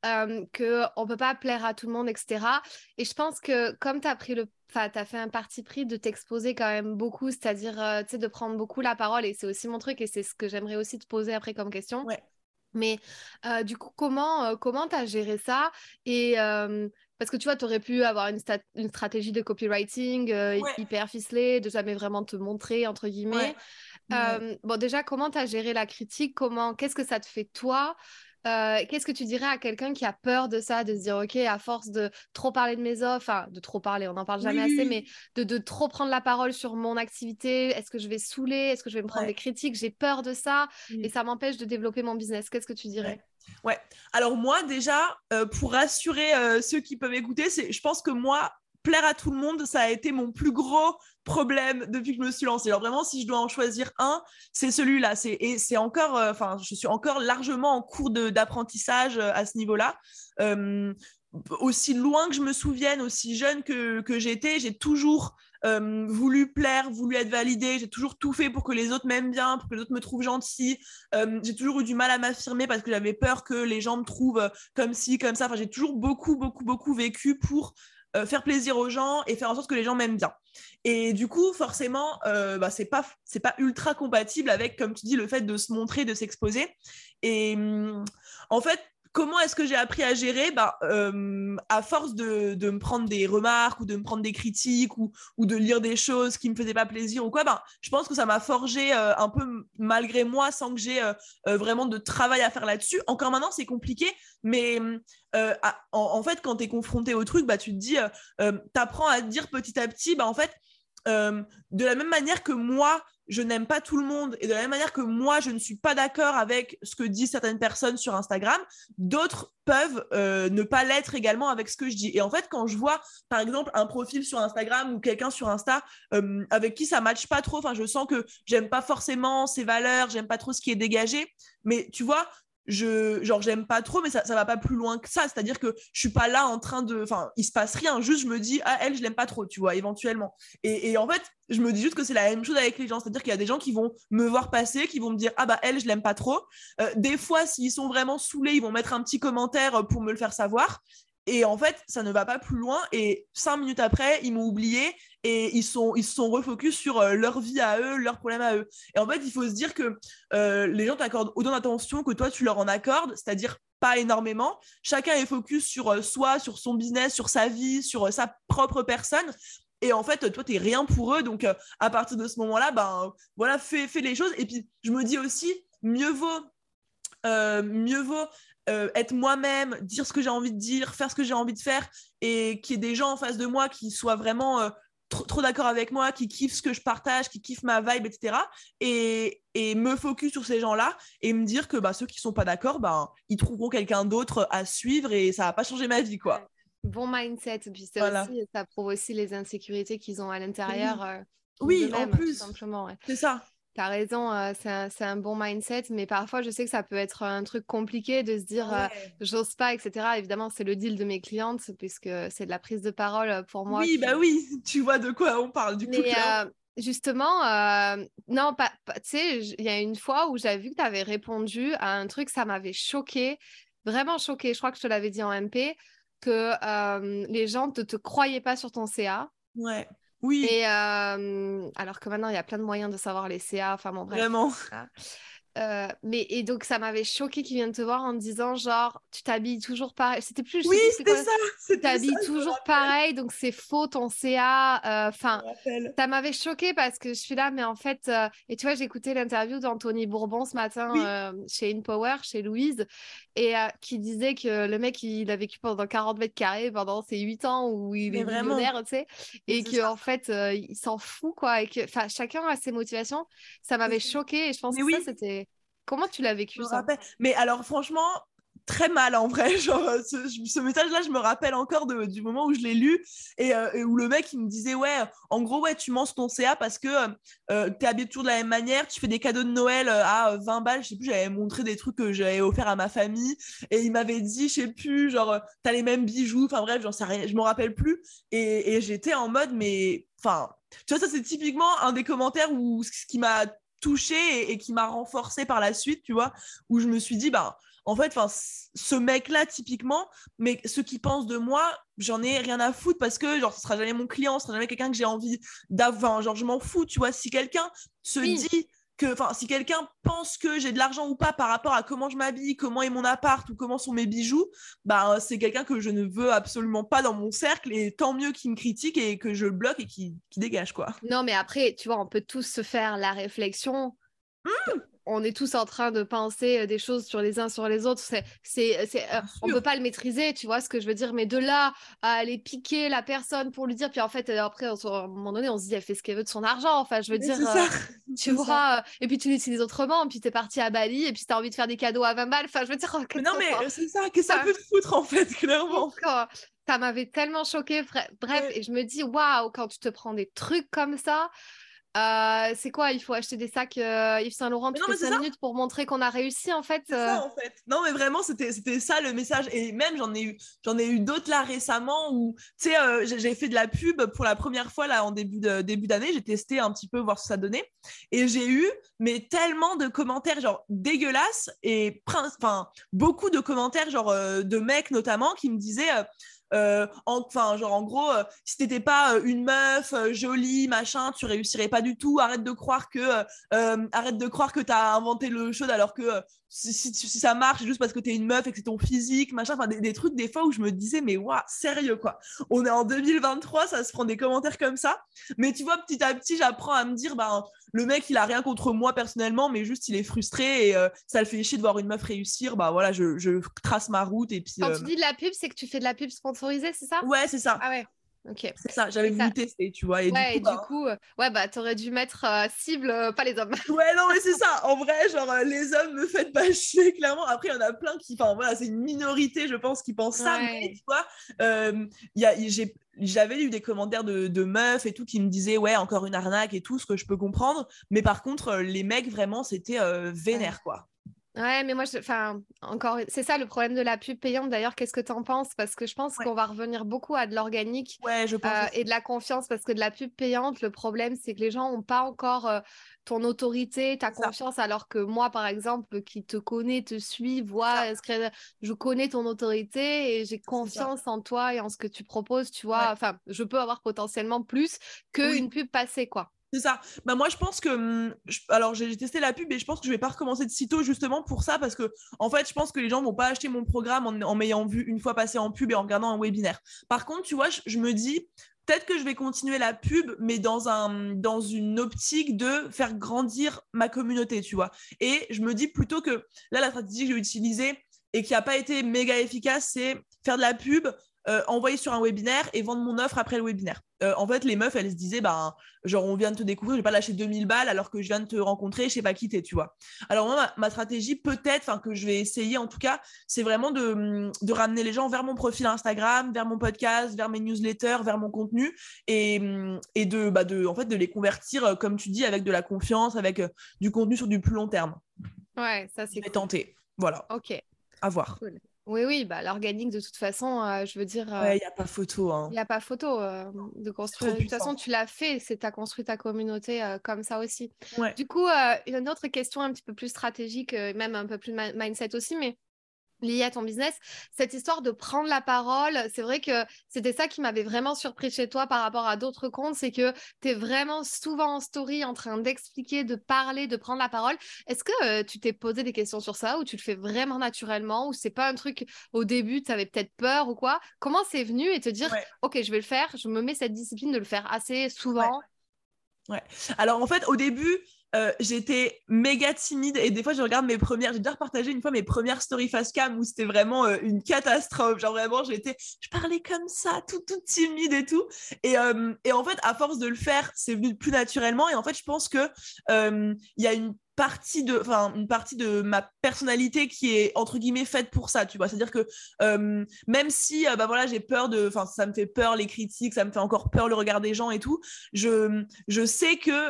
qu'on ne peut pas plaire à tout le monde, etc. Et je pense que comme tu as fait un parti pris de t'exposer quand même beaucoup, c'est-à-dire de prendre beaucoup la parole. Et c'est aussi mon truc et c'est ce que j'aimerais aussi te poser après comme question. Ouais. Mais du coup, comment tu as géré ça? Et parce que tu vois, tu aurais pu avoir une stratégie de copywriting hyper ficelée, de jamais vraiment te montrer, entre guillemets. Bon, déjà, comment tu as géré la critique? Qu'est-ce que ça te fait toi? Qu'est-ce que tu dirais à quelqu'un qui a peur de ça, de se dire, OK, à force de trop parler de mes offres, enfin, de trop parler, on n'en parle jamais assez, mais de trop prendre la parole sur mon activité, est-ce que je vais saouler? Est-ce que je vais me prendre des critiques? J'ai peur de ça et ça m'empêche de développer mon business. Qu'est-ce que tu dirais? Ouais. Alors moi, déjà, pour rassurer ceux qui peuvent écouter, je pense que moi, plaire à tout le monde, ça a été mon plus gros problème depuis que je me suis lancée. Alors vraiment, si je dois en choisir un, c'est celui-là. Et c'est encore, je suis encore largement en cours d'apprentissage à ce niveau-là. Aussi loin que je me souvienne, aussi jeune que j'ai été, j'ai toujours voulu plaire, voulu être validée, j'ai toujours tout fait pour que les autres m'aiment bien, pour que les autres me trouvent gentille, j'ai toujours eu du mal à m'affirmer parce que j'avais peur que les gens me trouvent comme ci, comme ça, enfin j'ai toujours beaucoup vécu pour faire plaisir aux gens et faire en sorte que les gens m'aiment bien. Et du coup, forcément, c'est pas ultra compatible avec, comme tu dis, le fait de se montrer, de s'exposer. Et en fait, comment est-ce que j'ai appris à gérer? À force de me prendre des remarques ou de me prendre des critiques ou de lire des choses qui me faisaient pas plaisir ou quoi, je pense que ça m'a forgé un peu malgré moi sans que j'ai vraiment de travail à faire là-dessus. Encore maintenant, c'est compliqué, mais en fait, quand tu es confronté au truc, tu te dis, t'apprends à te dire petit à petit, en fait, de la même manière que moi, je n'aime pas tout le monde et de la même manière que moi, je ne suis pas d'accord avec ce que disent certaines personnes sur Instagram, d'autres peuvent ne pas l'être également avec ce que je dis. Et en fait, quand je vois, par exemple, un profil sur Instagram ou quelqu'un sur Insta avec qui ça ne matche pas trop, je sens que j'aime pas forcément ses valeurs, j'aime pas trop ce qui est dégagé, mais tu vois, j'aime pas trop, mais ça va pas plus loin que ça, c'est-à-dire que je suis pas là en train de, il se passe rien, juste je me dis, elle, je l'aime pas trop, tu vois, éventuellement. Et en fait, je me dis juste que c'est la même chose avec les gens, c'est-à-dire qu'il y a des gens qui vont me voir passer, qui vont me dire, elle, je l'aime pas trop. Des fois, s'ils sont vraiment saoulés, ils vont mettre un petit commentaire pour me le faire savoir. Et en fait, ça ne va pas plus loin. Et 5 minutes après, ils m'ont oublié et ils se sont refocus sur leur vie à eux, leurs problèmes à eux. Et en fait, il faut se dire que les gens t'accordent autant d'attention que toi, tu leur en accordes, c'est-à-dire pas énormément. Chacun est focus sur soi, sur son business, sur sa vie, sur sa propre personne. Et en fait, toi, t'es rien pour eux. Donc, à partir de ce moment-là, voilà, fais les choses. Et puis, je me dis aussi, mieux vaut être moi-même, dire ce que j'ai envie de dire, faire ce que j'ai envie de faire et qu'il y ait des gens en face de moi qui soient vraiment trop d'accord avec moi, qui kiffent ce que je partage, qui kiffent ma vibe, etc. Et me focus sur ces gens-là et me dire que ceux qui sont pas d'accord, ils trouveront quelqu'un d'autre à suivre et ça va pas changer ma vie, quoi. Bon mindset. Et puis Voilà. aussi, ça prouve aussi les insécurités qu'ils ont à l'intérieur. Oui, en plus, tout simplement. Ouais. C'est ça. T'as raison, c'est un bon mindset, mais parfois je sais que ça peut être un truc compliqué de se dire j'ose pas, etc. Évidemment, c'est le deal de mes clientes puisque c'est de la prise de parole pour moi. Oui, oui, tu vois de quoi on parle du coup. Mais justement, non, tu sais, il y a une fois où j'avais vu que tu avais répondu à un truc, ça m'avait choqué, vraiment choqué. Je crois que je te l'avais dit en MP, que les gens ne te croyaient pas sur ton CA. Ouais. Oui. Et alors que maintenant, il y a plein de moyens de savoir les CA. Enfin bon, bref. Vraiment. Et donc, ça m'avait choqué qu'ils viennent te voir en te disant genre, tu t'habilles toujours pareil. C'était plus, je Oui, sais plus, c'était ça. tu t'habilles toujours pareil, donc c'est faux ton CA. Enfin, ça m'avait choqué parce que je suis là, mais en fait, et tu vois, j'ai écouté l'interview d'Anthony Bourbon ce matin chez InPower, chez Louise, et qui disait que le mec, il a vécu pendant 40 mètres carrés pendant ses 8 ans où il est millionnaire, tu sais, et qu'en fait, il s'en fout, quoi, et que chacun a ses motivations. Ça m'avait choqué et je pense que ça, c'était. Comment tu l'as vécu, ça? Mais alors, franchement, très mal en vrai. Genre, ce message-là, je me rappelle encore du moment où je l'ai lu et où le mec, il me disait, ouais, en gros, ouais, tu mens sur ton CA parce que t'es habillé toujours de la même manière, tu fais des cadeaux de Noël à 20 balles. Je sais plus, j'avais montré des trucs que j'avais offert à ma famille et il m'avait dit, je sais plus, genre, t'as les mêmes bijoux. Enfin, bref, j'en sais rien, je m'en rappelle plus. Et j'étais en mode, mais, enfin, tu vois, ça, c'est typiquement un des commentaires où ce qui m'a touché et qui m'a renforcé par la suite, tu vois, où je me suis dit, en fait, ce mec-là, typiquement, mais ce qu'il pense de moi, j'en ai rien à foutre parce que, genre, ce sera jamais mon client, ce sera jamais quelqu'un que j'ai envie d'avoir. Genre, je m'en fous, tu vois, si quelqu'un se dit que, si quelqu'un pense que j'ai de l'argent ou pas par rapport à comment je m'habille, comment est mon appart ou comment sont mes bijoux, c'est quelqu'un que je ne veux absolument pas dans mon cercle et tant mieux qu'il me critique et que je le bloque et qu'il dégage, quoi. Non, mais après, tu vois, on peut tous se faire la réflexion. On est tous en train de penser des choses sur les uns sur les autres. On peut pas le maîtriser, tu vois ce que je veux dire. Mais de là à aller piquer la personne pour lui dire, puis en fait, après, à un moment donné, on se dit, elle fait ce qu'elle veut de son argent. Enfin, je veux dire, tu vois. Et puis tu l'utilises autrement, puis t'es parti à Bali, et puis t'as envie de faire des cadeaux à 20 balles. Enfin, je veux dire. Mais non, mais c'est ça, que ça peut te foutre, en fait, clairement. Ça m'avait tellement choqué. Bref, et je me dis, waouh, quand tu te prends des trucs comme ça. C'est quoi? Il faut acheter des sacs Yves Saint Laurent toutes les 5 minutes pour montrer qu'on a réussi, en fait. C'est ça, en fait. Non, mais vraiment, c'était ça le message. Et même, j'en ai eu d'autres là récemment où, tu sais, j'ai fait de la pub pour la première fois là en début d'année. J'ai testé un petit peu, voir ce que ça donnait. Et j'ai eu, mais tellement de commentaires, genre dégueulasses. Et beaucoup de commentaires, genre de mecs notamment, qui me disaient. Enfin, genre, en gros, si t'étais pas une meuf jolie, machin, tu réussirais pas du tout. Arrête de croire que t'as inventé l'eau chaude alors que si ça marche, c'est juste parce que t'es une meuf et que c'est ton physique, machin. Enfin, des trucs, des fois, où je me disais, mais waouh, sérieux, quoi. On est en 2023, ça se prend des commentaires comme ça. Mais tu vois, petit à petit, j'apprends à me dire, ben, le mec, il a rien contre moi personnellement, mais juste, il est frustré et ça le fait chier de voir une meuf réussir. Bah voilà, je trace ma route et puis. Quand tu dis de la pub, c'est que tu fais de la pub sponsorisée, c'est ça? Ouais, c'est ça. Ah ouais, ok. C'est ça, j'avais Et ça... voulu tester, tu vois. Et du Ouais, coup, et du bah. coup, ouais, bah, t'aurais dû mettre cible, pas les hommes. Ouais, non, mais c'est ça. En vrai, genre, les hommes me faites pas chier, clairement. Après, il y en a plein qui. Enfin, voilà, c'est une minorité, je pense, qui pensent ça. Mais Ouais. tu vois, j'avais eu des commentaires de meufs et tout qui me disaient, ouais, encore une arnaque et tout, ce que je peux comprendre. Mais par contre, les mecs, vraiment, c'était Ouais. vénère, quoi. Ouais, mais moi, enfin, encore, c'est ça le problème de la pub payante. D'ailleurs, qu'est-ce que tu en penses? Parce que je pense Ouais, qu'on va revenir beaucoup à de l'organique ouais, je pense et aussi. de la confiance, parce que de la pub payante, le problème, c'est que les gens n'ont pas encore ton autorité, ta C'est ça. confiance, alors que moi, par exemple, qui te connais, te suis, C'est ça. vois, je connais ton autorité et j'ai C'est ça. confiance en toi et en ce que tu proposes, tu vois. Ouais. Enfin, je peux avoir potentiellement plus qu'une Oui. pub passée, quoi. C'est ça. Bah moi, je pense que. Alors, j'ai testé la pub et je pense que je vais pas recommencer de sitôt justement pour ça parce que, en fait, je pense que les gens vont pas acheter mon programme en m'ayant vu une fois passer en pub et en regardant un webinaire. Par contre, tu vois, je me dis, peut-être que je vais continuer la pub, mais dans une optique de faire grandir ma communauté, tu vois. Et je me dis plutôt que là, la stratégie que j'ai utilisée et qui a pas été méga efficace, c'est faire de la pub. Envoyer sur un webinaire et vendre mon offre après le webinaire. En fait, les meufs, elles se disaient, bah, genre, on vient de te découvrir, je vais pas lâcher 2000 balles alors que je viens de te rencontrer, je sais pas qui t'es, tu vois. Alors, moi, ma stratégie, peut-être, enfin, que je vais essayer en tout cas, c'est vraiment de ramener les gens vers mon profil Instagram, vers mon podcast, vers mes newsletters, vers mon contenu et en fait, de les convertir, comme tu dis, avec de la confiance, avec du contenu sur du plus long terme. Ouais, ça, Je c'est vais cool. tenter. Voilà, Ok. à voir. Cool. Oui, oui, bah, l'organique, de toute façon, je veux dire, Ouais, il n'y a pas photo, il hein. n'y a pas photo de C'est trop construire. De toute façon, puissant. tu l'as fait, c'est tu as construit ta communauté comme ça aussi. Ouais. Du coup, une autre question un petit peu plus stratégique, même un peu plus mindset aussi, mais lié à ton business, cette histoire de prendre la parole, c'est vrai que c'était ça qui m'avait vraiment surpris chez toi par rapport à d'autres comptes, c'est que tu es vraiment souvent en story en train d'expliquer, de parler, de prendre la parole. Est-ce que tu t'es posé des questions sur ça ou tu le fais vraiment naturellement ou c'est pas un truc au début, tu avais peut-être peur ou quoi? Comment c'est venu et te dire, Ouais. OK, je vais le faire, je me mets cette discipline de le faire assez Ouais. souvent. Ouais. Alors en fait, au début, j'étais méga timide et des fois, je regarde mes premières. J'ai déjà repartagé une fois mes premières stories face cam où c'était vraiment une catastrophe. Genre vraiment, je parlais comme ça, toute timide et tout. Et en fait, à force de le faire, c'est venu plus naturellement. Et en fait, je pense que il y a une partie de ma personnalité qui est entre guillemets faite pour ça, tu vois. C'est-à-dire que même si, bah voilà, j'ai peur enfin, ça me fait peur les critiques, ça me fait encore peur le regard des gens et tout. Je sais que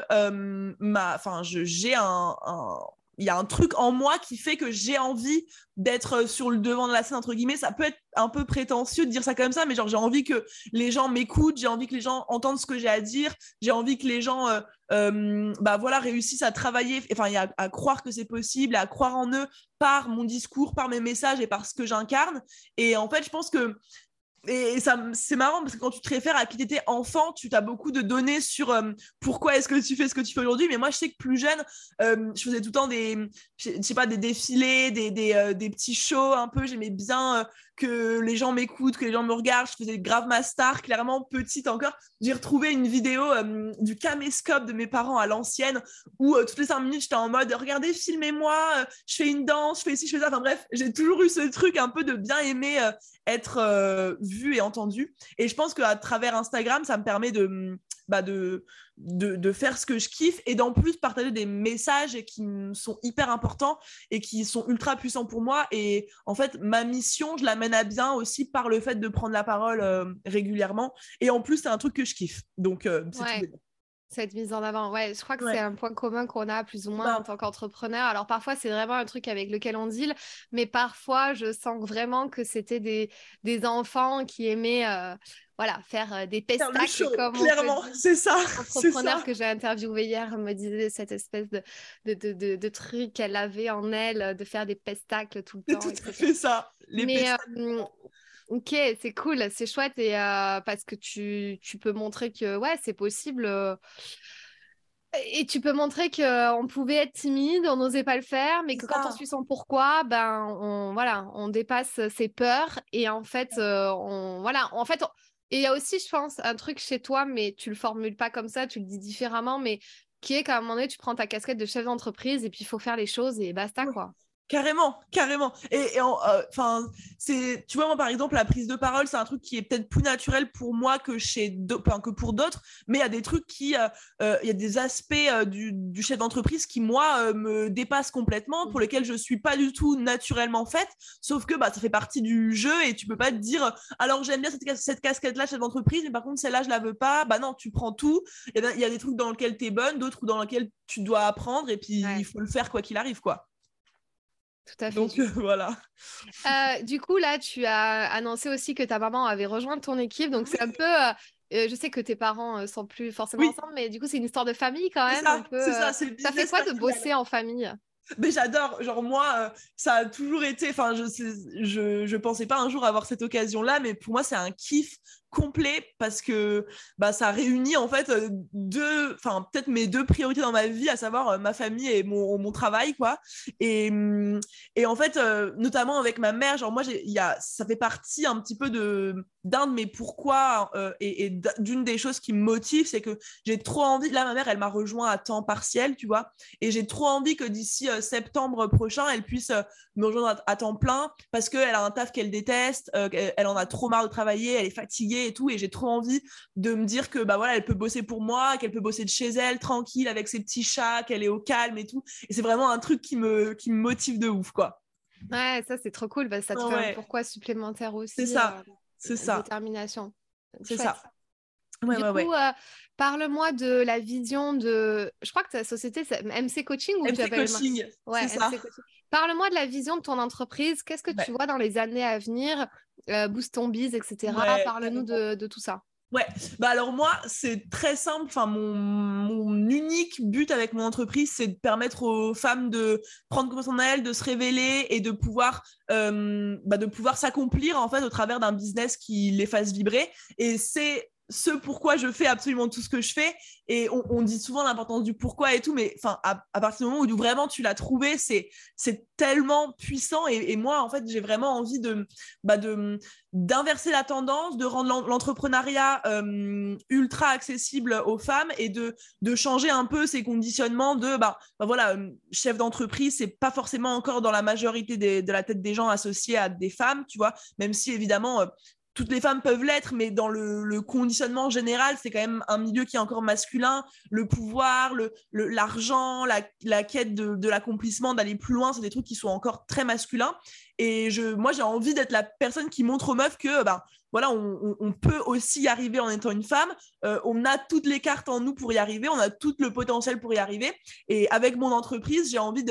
j'ai il y a un truc en moi qui fait que j'ai envie d'être sur le devant de la scène, entre guillemets. Ça peut être un peu prétentieux de dire ça comme ça, mais genre, j'ai envie que les gens m'écoutent, j'ai envie que les gens entendent ce que j'ai à dire, j'ai envie que les gens bah voilà, réussissent à travailler, enfin, à croire que c'est possible, à croire en eux par mon discours, par mes messages et par ce que j'incarne. Et en fait, je pense que et ça, c'est marrant parce que quand tu te réfères à qui tu étais enfant, tu as beaucoup de données sur pourquoi est-ce que tu fais ce que tu fais aujourd'hui. Mais moi, je sais que plus jeune, je faisais tout le temps je sais pas, des défilés, des petits shows un peu. J'aimais bien que les gens m'écoutent, que les gens me regardent. Je faisais grave ma star, clairement petite encore. J'ai retrouvé une vidéo du caméscope de mes parents à l'ancienne où toutes les 5 minutes, j'étais en mode regardez, filmez-moi, je fais une danse, je fais ici, je fais ça. Enfin bref, j'ai toujours eu ce truc un peu de bien aimer être vu et entendu. Et je pense qu'à travers Instagram, ça me permet de faire ce que je kiffe et d'en plus partager des messages qui sont hyper importants et qui sont ultra puissants pour moi. Et en fait, ma mission, je la mène à bien aussi par le fait de prendre la parole régulièrement. Et en plus, c'est un truc que je kiffe. Donc, c'est tout. Ouais. Cette mise en avant, ouais, je crois que c'est Ouais. un point commun qu'on a plus ou moins en Bah, tant qu'entrepreneur. Alors parfois c'est vraiment un truc avec lequel on deal, mais parfois je sens vraiment que c'était des enfants qui aimaient voilà, faire des faire le pestacles, show, comme on peut clairement, dire. c'est ça, c'est Entrepreneur ça. que j'ai interviewé hier me disait cette espèce de truc qu'elle avait en elle, de faire des pestacles tout le C'est temps, tout à etc. fait ça. Les Mais pestacles. Ok, c'est cool, c'est chouette et parce que tu peux montrer que ouais, c'est possible. Et tu peux montrer qu'on pouvait être timide, on n'osait pas le faire, mais C'est que quand on ça. suit son pourquoi, ben voilà, on dépasse ses peurs et en fait, et il y a aussi, je pense, un truc chez toi, mais tu le formules pas comme ça, tu le dis différemment, mais qui est qu'à un moment donné, tu prends ta casquette de chef d'entreprise et puis il faut faire les choses et basta, Ouais. quoi. Carrément, carrément. Enfin, tu vois, moi, par exemple, la prise de parole, c'est un truc qui est peut-être plus naturel pour moi que pour d'autres, mais il y a des trucs il y a des aspects du chef d'entreprise qui, moi, me dépassent complètement, pour Mhm. lesquels je suis pas du tout naturellement faite, sauf que bah, ça fait partie du jeu et tu peux pas te dire, alors j'aime bien cette casquette-là, chef d'entreprise, mais par contre, celle-là, je la veux pas. Bah non, tu prends tout. Il y a des trucs dans lesquels tu es bonne, d'autres dans lesquels tu dois apprendre, et puis il Ouais, faut le faire quoi qu'il arrive, quoi. tout à fait. Donc voilà. Du coup, là, tu as annoncé aussi que ta maman avait rejoint ton équipe. Donc, c'est un peu. Je sais que tes parents sont plus forcément Oui, ensemble, mais du coup, c'est une histoire de famille quand même. Un peu. c'est ça, c'est le Ça fait business quoi de familial. bosser en famille? Mais j'adore, genre moi, ça a toujours été, enfin, je pensais pas un jour avoir cette occasion-là, mais pour moi, c'est un kiff complet parce que bah, ça réunit en fait enfin, peut-être mes deux priorités dans ma vie, à savoir ma famille et mon travail, quoi. Et, hum, et en fait, notamment avec ma mère, genre moi, ça fait partie un petit peu d'un de mes pourquoi et d'une des choses qui me motive, c'est que j'ai trop envie, là, ma mère, elle m'a rejoint à temps partiel, tu vois, et j'ai trop envie que d'ici septembre prochain, elle puisse me rejoindre à temps plein parce qu'elle a un taf qu'elle déteste, elle en a trop marre de travailler, elle est fatiguée et tout. Et j'ai trop envie de me dire que bah voilà, elle peut bosser pour moi, qu'elle peut bosser de chez elle, tranquille, avec ses petits chats, qu'elle est au calme et tout. Et c'est vraiment un truc qui me motive de ouf, quoi. Ouais, ça, c'est trop cool parce que ça te Ah fait un ouais, pourquoi supplémentaire c'est aussi, ça, c'est ça, détermination. c'est Chouette. ça. Ouais, Du ouais, coup, ouais. parle-moi de la vision de. Je crois que ta société, c'est MC Coaching ou tu MC appelles. Coaching, Ouais, c'est ça. MC Coaching. Parle-moi de la vision de ton entreprise. Qu'est-ce que tu Ouais, vois dans les années à venir? Boost ton biz, etc. ouais, Parle-nous carrément. de tout ça. Ouais, bah alors moi, c'est très simple. Enfin, mon unique but avec mon entreprise, c'est de permettre aux femmes de prendre confiance en elles, de se révéler et de pouvoir s'accomplir en fait au travers d'un business qui les fasse vibrer. Et c'est ce pourquoi je fais absolument tout ce que je fais. Et on dit souvent l'importance du pourquoi et tout, mais enfin, à partir du moment où vraiment tu l'as trouvé, c'est tellement puissant. Et moi, en fait, j'ai vraiment envie d'inverser la tendance, de rendre l'entrepreneuriat ultra accessible aux femmes et de changer un peu ces conditionnements voilà, chef d'entreprise, c'est pas forcément encore dans la majorité de la tête des gens associés à des femmes, tu vois, même si évidemment toutes les femmes peuvent l'être, mais dans le conditionnement général, c'est quand même un milieu qui est encore masculin. Le pouvoir, l'argent, la quête de l'accomplissement, d'aller plus loin, c'est des trucs qui sont encore très masculins. Et moi, j'ai envie d'être la personne qui montre aux meufs que voilà, on peut aussi y arriver en étant une femme. On a toutes les cartes en nous pour y arriver, on a tout le potentiel pour y arriver. Et avec mon entreprise, j'ai envie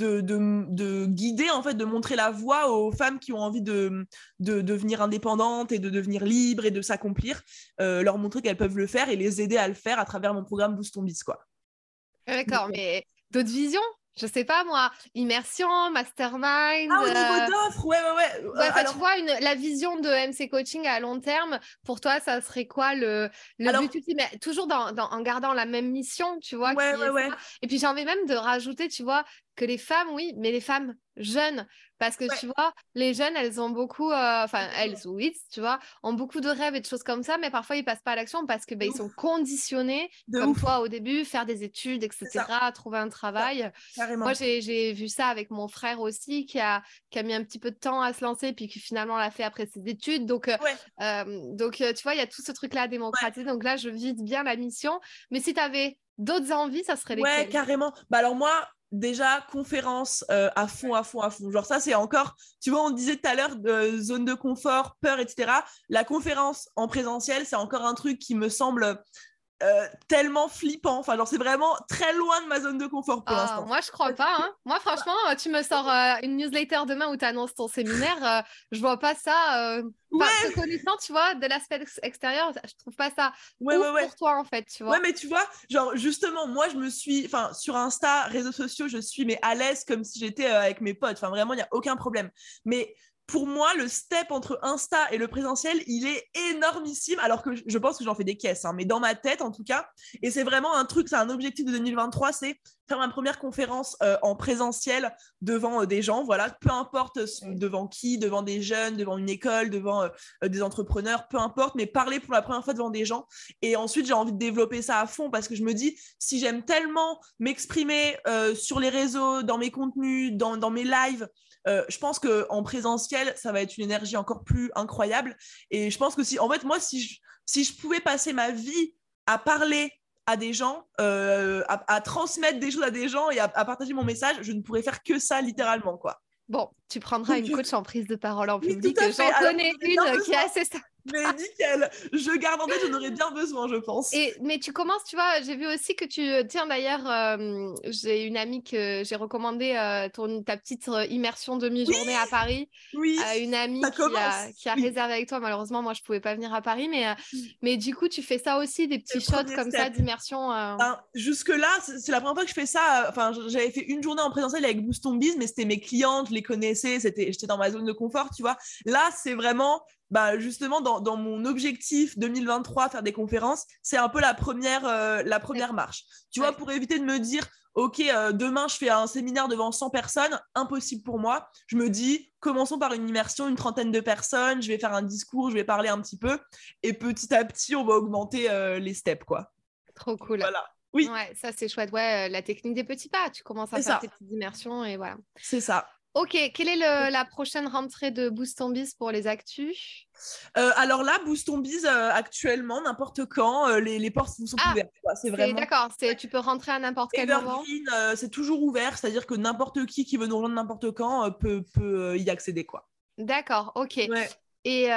de guider, en fait, de montrer la voie aux femmes qui ont envie de devenir indépendantes et de devenir libres et de s'accomplir, leur montrer qu'elles peuvent le faire et les aider à le faire à travers mon programme Boost ton Biz, quoi. Donc, D'accord, mais d'autres visions? Je sais pas moi, immersion, mastermind. au niveau d'offres, ouais, ouais, ouais. Ouais, enfin, tu Alors, vois, la vision de MC Coaching à long terme, pour toi, ça serait quoi le but alors, ultime? Mais toujours en gardant la même mission, tu vois, ouais, qui ouais, est ouais, ça. Et puis, j'ai envie même de rajouter, tu vois, que les femmes, oui, mais les femmes jeunes. Parce que, ouais, tu vois, les jeunes, elles ont beaucoup, enfin, elles complètement. ou ils, tu vois, ont beaucoup de rêves et de choses comme ça, mais parfois, ils passent pas à l'action parce que, De ben, ils sont ouf, conditionnés, de comme ouf. toi au début, faire des études, C'est ça, etc., trouver un c'est ça, travail. Moi, carrément. j'ai vu ça avec mon frère aussi, qui a mis un petit peu de temps à se lancer, puis qui finalement l'a fait après ses études. Ouais, Tu vois, il y a tout ce truc-là à ouais. démocratiser. Donc là, je vise bien la mission. Mais si tu avais d'autres envies, ça serait Ouais, lesquelles? carrément. Bah alors moi, déjà, conférence à fond, à fond, à fond. Genre ça, c'est encore, tu vois, on disait tout à l'heure de zone de confort, peur, etc. La conférence en présentiel, c'est encore un truc qui me semble tellement flippant. Enfin, genre, c'est vraiment très loin de ma zone de confort pour Ah, l'instant. moi, je crois Parce pas, que, hein. Moi, bah, franchement, tu me sors une newsletter demain où tu annonces ton séminaire. Je vois pas ça. Enfin, te ouais, connaissant, tu vois, de l'aspect extérieur, je trouve pas ça ouais, ouf ouais, ouais. pour toi, en fait, tu Ouais, vois. mais tu vois, genre, justement, moi, enfin, sur Insta, réseaux sociaux, je suis, mais à l'aise comme si j'étais avec mes potes. Enfin, vraiment, il n'y a aucun problème. Mais pour moi, le step entre Insta et le présentiel, il est énormissime, alors que je pense que j'en fais des caisses, hein, mais dans ma tête en tout cas. Et c'est vraiment un truc, c'est un objectif de 2023, c'est faire ma première conférence en présentiel devant des gens, voilà, peu importe devant qui, devant des jeunes, devant une école, devant des entrepreneurs, peu importe, mais parler pour la première fois devant des gens. Et ensuite, j'ai envie de développer ça à fond parce que je me dis, si j'aime tellement m'exprimer sur les réseaux, dans mes contenus, dans mes lives, je pense qu'en présentiel, ça va être une énergie encore plus incroyable. Et je pense que si, en fait, moi, si je pouvais passer ma vie à parler à des gens, à transmettre des choses à des gens et à partager mon message, je ne pourrais faire que ça littéralement, quoi. Bon, tu prendras une coach en prise de parole en Oui, public. tout à fait. J'en Alors, connais une qui a assez ça. Mais nickel, je garde en tête, j'en aurais bien besoin, je pense. Mais tu commences, tu vois, j'ai vu aussi que tiens d'ailleurs, j'ai une amie que j'ai recommandé ta petite immersion demi-journée à Paris. Oui, Une amie qui a réservé avec toi. Malheureusement, moi, je pouvais pas venir à Paris, mais du coup, tu fais ça aussi, des petits shots comme ça d'immersion. Jusque-là, c'est la première fois que je fais ça. Enfin, j'avais fait une journée en présentiel avec Boost Ton Biz, mais c'était mes clientes, je les connaissais, j'étais dans ma zone de confort, tu vois. Là, c'est vraiment justement dans mon objectif 2023, faire des conférences, c'est un peu la première marche. Tu vois, pour éviter de me dire, ok, demain je fais un séminaire devant 100 personnes, impossible pour moi. Je me dis, commençons par une immersion, une trentaine de personnes, je vais faire un discours, je vais parler un petit peu, et petit à petit, on va augmenter les steps, quoi. Trop cool. Voilà. Oui. Ouais, ça c'est chouette. Ouais, la technique des petits pas. Tu commences à faire tes petites immersions et voilà. C'est ça. Ok, quelle est la prochaine rentrée de Boost Ton Biz pour les actus? Alors là, Boost Ton Biz, actuellement, n'importe quand, les portes sont ouvertes. C'est vraiment... D'accord, tu peux rentrer à n'importe quel moment. C'est toujours ouvert, c'est-à-dire que n'importe qui veut nous rejoindre n'importe quand peut y accéder, quoi. D'accord, ok. Ouais. Et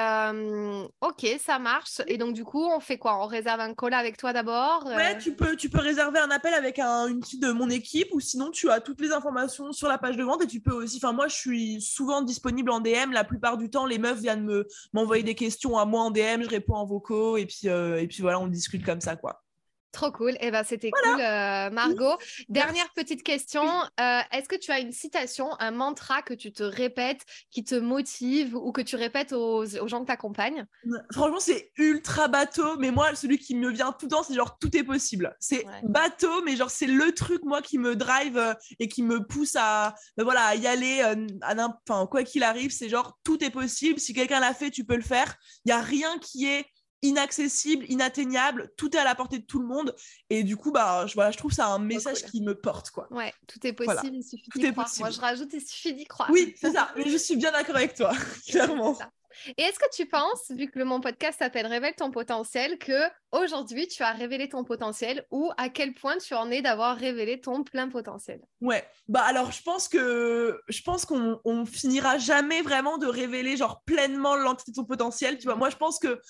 ok, ça marche. Et donc du coup, on fait quoi? On réserve un call avec toi d'abord? Ouais, tu peux réserver un appel avec une fille de mon équipe, ou sinon tu as toutes les informations sur la page de vente, et tu peux aussi, enfin moi je suis souvent disponible en DM, la plupart du temps les meufs viennent m'envoyer des questions à moi en DM, je réponds en vocaux, et puis voilà, on discute comme ça, quoi. Trop cool. Eh ben, c'était cool, Margot. Oui. Dernière petite question. Est-ce que tu as une citation, un mantra que tu te répètes, qui te motive ou que tu répètes aux gens que tu accompagnes? Franchement, c'est ultra bateau, mais moi, celui qui me vient tout le temps, c'est genre tout est possible. C'est bateau, mais genre c'est le truc, moi, qui me drive et qui me pousse à y aller, quoi qu'il arrive, c'est genre tout est possible. Si quelqu'un l'a fait, tu peux le faire. Il n'y a rien qui est inaccessible, inatteignable, tout est à la portée de tout le monde, et du coup je trouve ça un message qui me porte, quoi. Ouais, tout est possible, il suffit d'y croire. Moi je rajoute, il suffit d'y croire. Oui, c'est ça, mais je suis bien d'accord avec toi, clairement. Et est-ce que tu penses, vu que mon podcast s'appelle Révèle ton potentiel, que aujourd'hui tu as révélé ton potentiel, ou à quel point tu en es d'avoir révélé ton plein potentiel? Ouais, alors je pense qu'on finira jamais vraiment de révéler genre pleinement l'entité de son potentiel, tu vois. Moi je pense que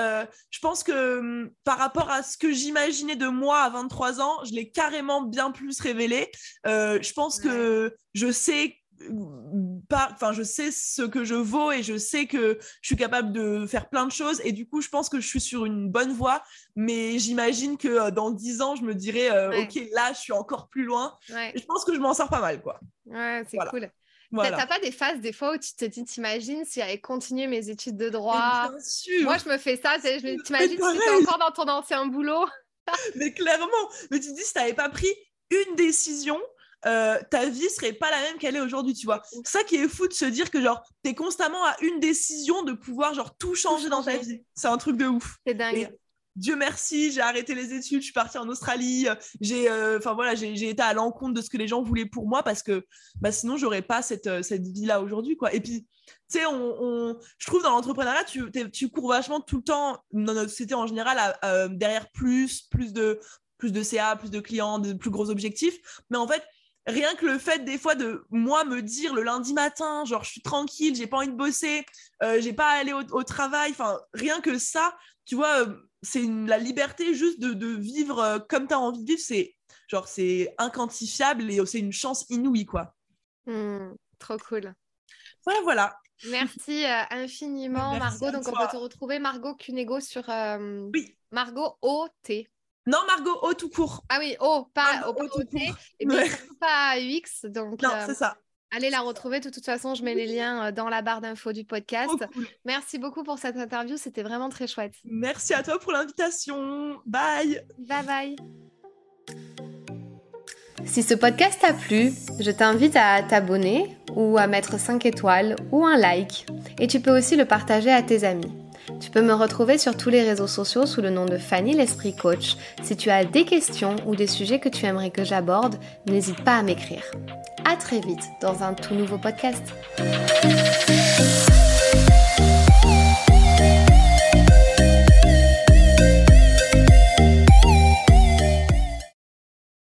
par rapport à ce que j'imaginais de moi à 23 ans, je l'ai carrément bien plus révélé. Je pense que je sais je sais ce que je vaux, et je sais que je suis capable de faire plein de choses, et du coup je pense que je suis sur une bonne voie, mais j'imagine que dans 10 ans je me dirais ok, là je suis encore plus loin, et je pense que je m'en sors pas mal, quoi. Ouais, c'est cool. T'as pas des phases des fois où tu te dis, t'imagines si j'avais continué mes études de droit? Bien sûr. Moi je me fais ça, t'imagines si t'étais encore dans ton ancien boulot? Mais clairement, mais tu te dis, si t'avais pas pris une décision, ta vie serait pas la même qu'elle est aujourd'hui, tu vois. C'est ça qui est fou, de se dire que genre t'es constamment à une décision de pouvoir genre tout changer dans ta vie. C'est un truc de ouf. C'est dingue. Et Dieu merci, j'ai arrêté les études, je suis partie en Australie, j'ai été à l'encontre de ce que les gens voulaient pour moi, parce que sinon j'aurais pas cette vie-là aujourd'hui, quoi. Et puis tu sais, je trouve dans l'entrepreneuriat, tu cours vachement tout le temps, dans notre société en général, derrière plus de CA, plus de clients, de plus gros objectifs, mais en fait rien que le fait des fois de moi me dire le lundi matin, genre je suis tranquille, j'ai pas envie de bosser, j'ai pas à aller au travail, enfin rien que ça, tu vois, c'est la liberté juste de vivre comme tu as envie de vivre, c'est inquantifiable, et c'est une chance inouïe, quoi. Trop cool. Voilà. Merci infiniment. Merci, Margot. Donc on peut te retrouver, Margot Cunego, sur oui. Margot O-T. Non, Margot O tout court. Ah oui, O, pas O-T. Et bien, pas UX. Donc, non, c'est ça. Allez la retrouver. De toute façon, je mets les liens dans la barre d'infos du Trop podcast. cool. Merci beaucoup pour cette interview. C'était vraiment très chouette. Merci à toi pour l'invitation. Bye. Bye bye. Si ce podcast t'a plu, je t'invite à t'abonner ou à mettre 5 étoiles ou un like. Et tu peux aussi le partager à tes amis. Tu peux me retrouver sur tous les réseaux sociaux sous le nom de Fanny l'Esprit Coach. Si tu as des questions ou des sujets que tu aimerais que j'aborde, n'hésite pas à m'écrire. À très vite dans un tout nouveau podcast.